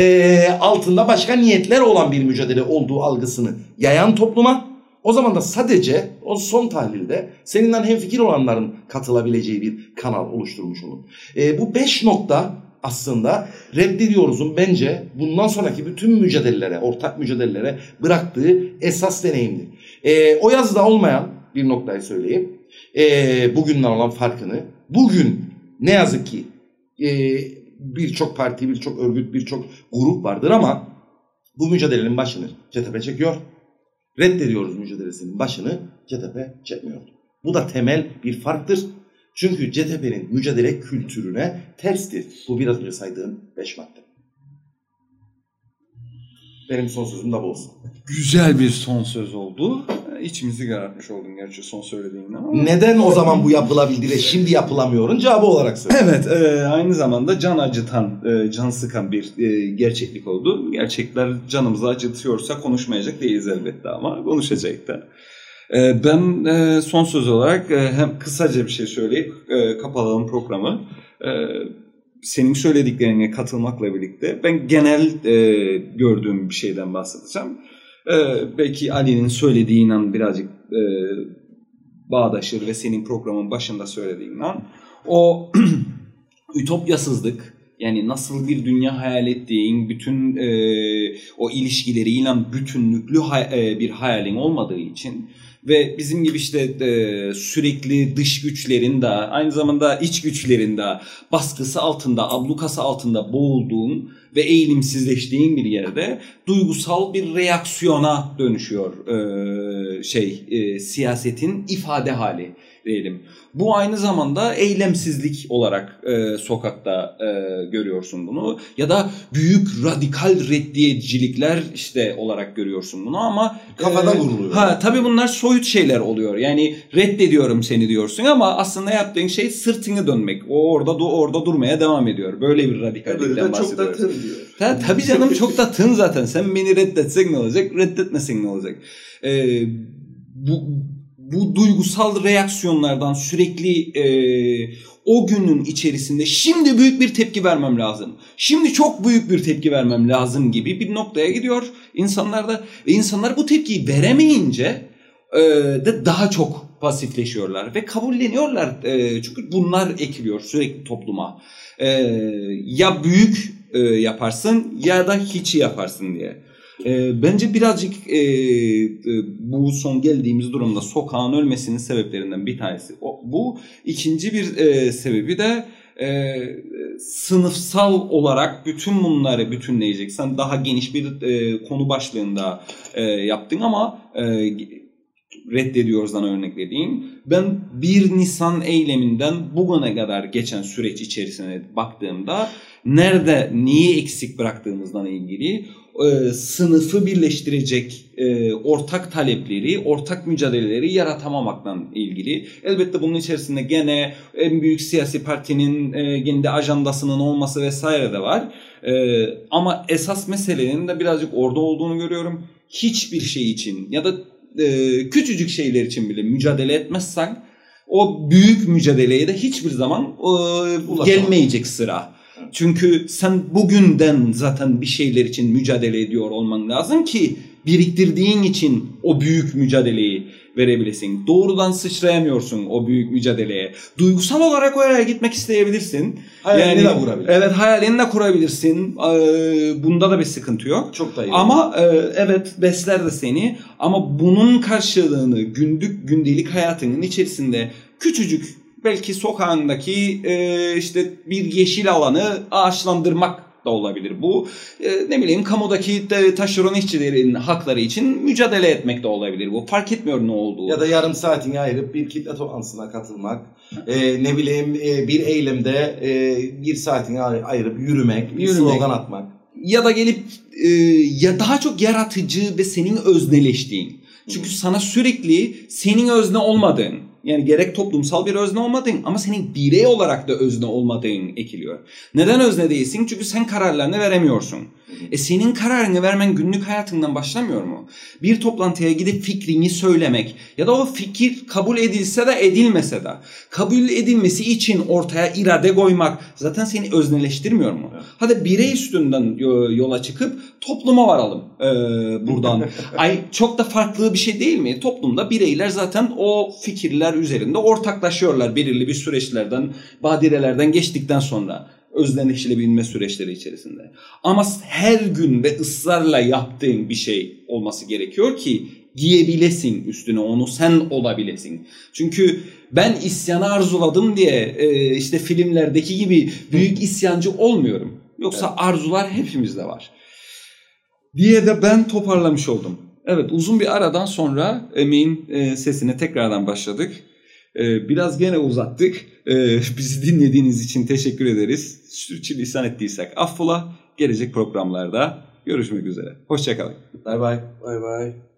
altında başka niyetler olan bir mücadele olduğu algısını yayan topluma, o zaman da sadece o son tahlilde seninle hemfikir olanların katılabileceği bir kanal oluşturmuş olur. Bu 5 nokta aslında reddediyoruz'un bence bundan sonraki bütün mücadelelere, ortak mücadelelere bıraktığı esas deneyimdir. O yazıda olmayan bir noktayı söyleyeyim. Bugünden olan farkını. Bugün ne yazık ki birçok parti, birçok örgüt, birçok grup vardır ama bu mücadelenin başını CTP çekiyor. Reddediyoruz mücadelesinin başını CTP çekmiyor. Bu da temel bir farktır. Çünkü CTP'nin mücadele kültürüne terstir. Bu biraz önce saydığım 5 madde. Benim son sözüm de bu olsun. Güzel bir son söz oldu. İçimizi karartmış oldun gerçi son söylediğin ama. Neden o zaman bu yapılabildi de şimdi yapılamıyor'un cevabı olarak söylüyorum. Evet, aynı zamanda can acıtan, can sıkan bir gerçeklik oldu. Gerçekler canımızı acıtıyorsa konuşmayacak değiliz elbette ama konuşacak da. Ben son söz olarak hem kısaca bir şey söyleyip kapatalım programı. Senin söylediklerine katılmakla birlikte ben genel gördüğüm bir şeyden bahsedeceğim. Belki Ali'nin söylediğinden birazcık bağdaşır ve senin programın başında söylediğinden o ütopyasızlık, yani nasıl bir dünya hayal ettiğin, bütün o ilişkileriyle bütünlüklü bir hayalin olmadığı için ve bizim gibi işte sürekli dış güçlerin de aynı zamanda iç güçlerin de baskısı altında, ablukası altında boğulduğun ve eğilimsizleştiğin bir yerde duygusal bir reaksiyona dönüşüyor siyasetin ifade hali diyelim. Bu aynı zamanda eylemsizlik olarak sokakta görüyorsun bunu. Ya da büyük radikal reddiyecilikler işte olarak görüyorsun bunu ama kafada vuruluyor. Tabii bunlar soyut şeyler oluyor. Yani reddediyorum seni diyorsun ama aslında yaptığın şey sırtını dönmek. O orada durmaya devam ediyor. Böyle bir radikallikten bahsediyoruz. Çok da tın diyor. Tabii canım çok da tın zaten. Sen beni reddetsek ne olacak? Reddetmesek ne olacak? Bu duygusal reaksiyonlardan sürekli o günün içerisinde şimdi büyük bir tepki vermem lazım. Şimdi çok büyük bir tepki vermem lazım gibi bir noktaya gidiyor insanlar da. Ve insanlar bu tepkiyi veremeyince de daha çok pasifleşiyorlar ve kabulleniyorlar. Çünkü bunlar ekiliyor sürekli topluma. Ya büyük yaparsın ya da hiç yaparsın diye. Bence birazcık bu son geldiğimiz durumda sokağın ölmesinin sebeplerinden bir tanesi bu. İkinci bir sebebi de sınıfsal olarak bütün bunları bütünleyeceksen daha geniş bir konu başlığında yaptın ama reddediyoruzdan örneklediğim. Ben 1 Nisan eyleminden bugüne kadar geçen süreç içerisine baktığımda nerede neyi eksik bıraktığımızdan ilgili sınıfı birleştirecek ortak talepleri, ortak mücadeleleri yaratamamaktan ilgili. Elbette bunun içerisinde gene en büyük siyasi partinin kendi ajandasının olması vesaire de var. Ama esas meselenin de birazcık orada olduğunu görüyorum. Hiçbir şey için ya da küçücük şeyler için bile mücadele etmezsen o büyük mücadeleye de hiçbir zaman gelmeyecek sıra. Çünkü sen bugünden zaten bir şeyler için mücadele ediyor olman lazım ki biriktirdiğin için o büyük mücadeleyi verebilesin. Doğrudan sıçrayamıyorsun o büyük mücadeleye. Duygusal olarak oraya gitmek isteyebilirsin. Hayalini de kurabilirsin. Evet, hayalini de kurabilirsin. Bunda da bir sıkıntı yok. Çok da iyi. Ama evet besler de seni. Ama bunun karşılığını gündelik hayatının içerisinde küçücük belki sokağındaki işte bir yeşil alanı ağaçlandırmak da olabilir. Bu ne bileyim kamudaki taşeron işçilerin hakları için mücadele etmek de olabilir. Bu fark etmiyor ne olduğu. Ya da yarım saatini ayırıp bir kitle toplantısına katılmak. Ne bileyim bir eylemde 1 saatini ayırıp yürümek, slogan atmak. Ya da gelip ya daha çok yaratıcı ve senin özneleştiğin. Çünkü sana sürekli senin özne olmadığın, yani gerek toplumsal bir özne olmadığın ama senin birey olarak da özne olmadığın ekiliyor. Neden özne değilsin? Çünkü sen kararlarını veremiyorsun. Senin kararını vermen günlük hayatından başlamıyor mu? Bir toplantıya gidip fikrini söylemek ya da o fikir kabul edilse de edilmese de kabul edilmesi için ortaya irade koymak zaten seni özneleştirmiyor mu? Evet. Hadi birey üstünden yola çıkıp topluma varalım buradan. Çok da farklı bir şey değil mi? Toplumda bireyler zaten o fikirler üzerinde ortaklaşıyorlar belirli bir süreçlerden, badirelerden geçtikten sonra. Özneşilebilme süreçleri içerisinde. Ama her gün ve ısrarla yaptığın bir şey olması gerekiyor ki giyebilesin üstüne, onu sen olabilesin. Çünkü ben isyanı arzuladım diye işte filmlerdeki gibi büyük isyancı olmuyorum. Yoksa evet, arzular hepimizde var. Diye de ben toparlamış oldum. Evet, uzun bir aradan sonra Emeğin sesine tekrardan başladık. Biraz gene uzattık. Bizi dinlediğiniz için teşekkür ederiz. Sürçülisan ettiysek affola. Gelecek programlarda görüşmek üzere. Hoşça kalın. Bye bye. Bye bye.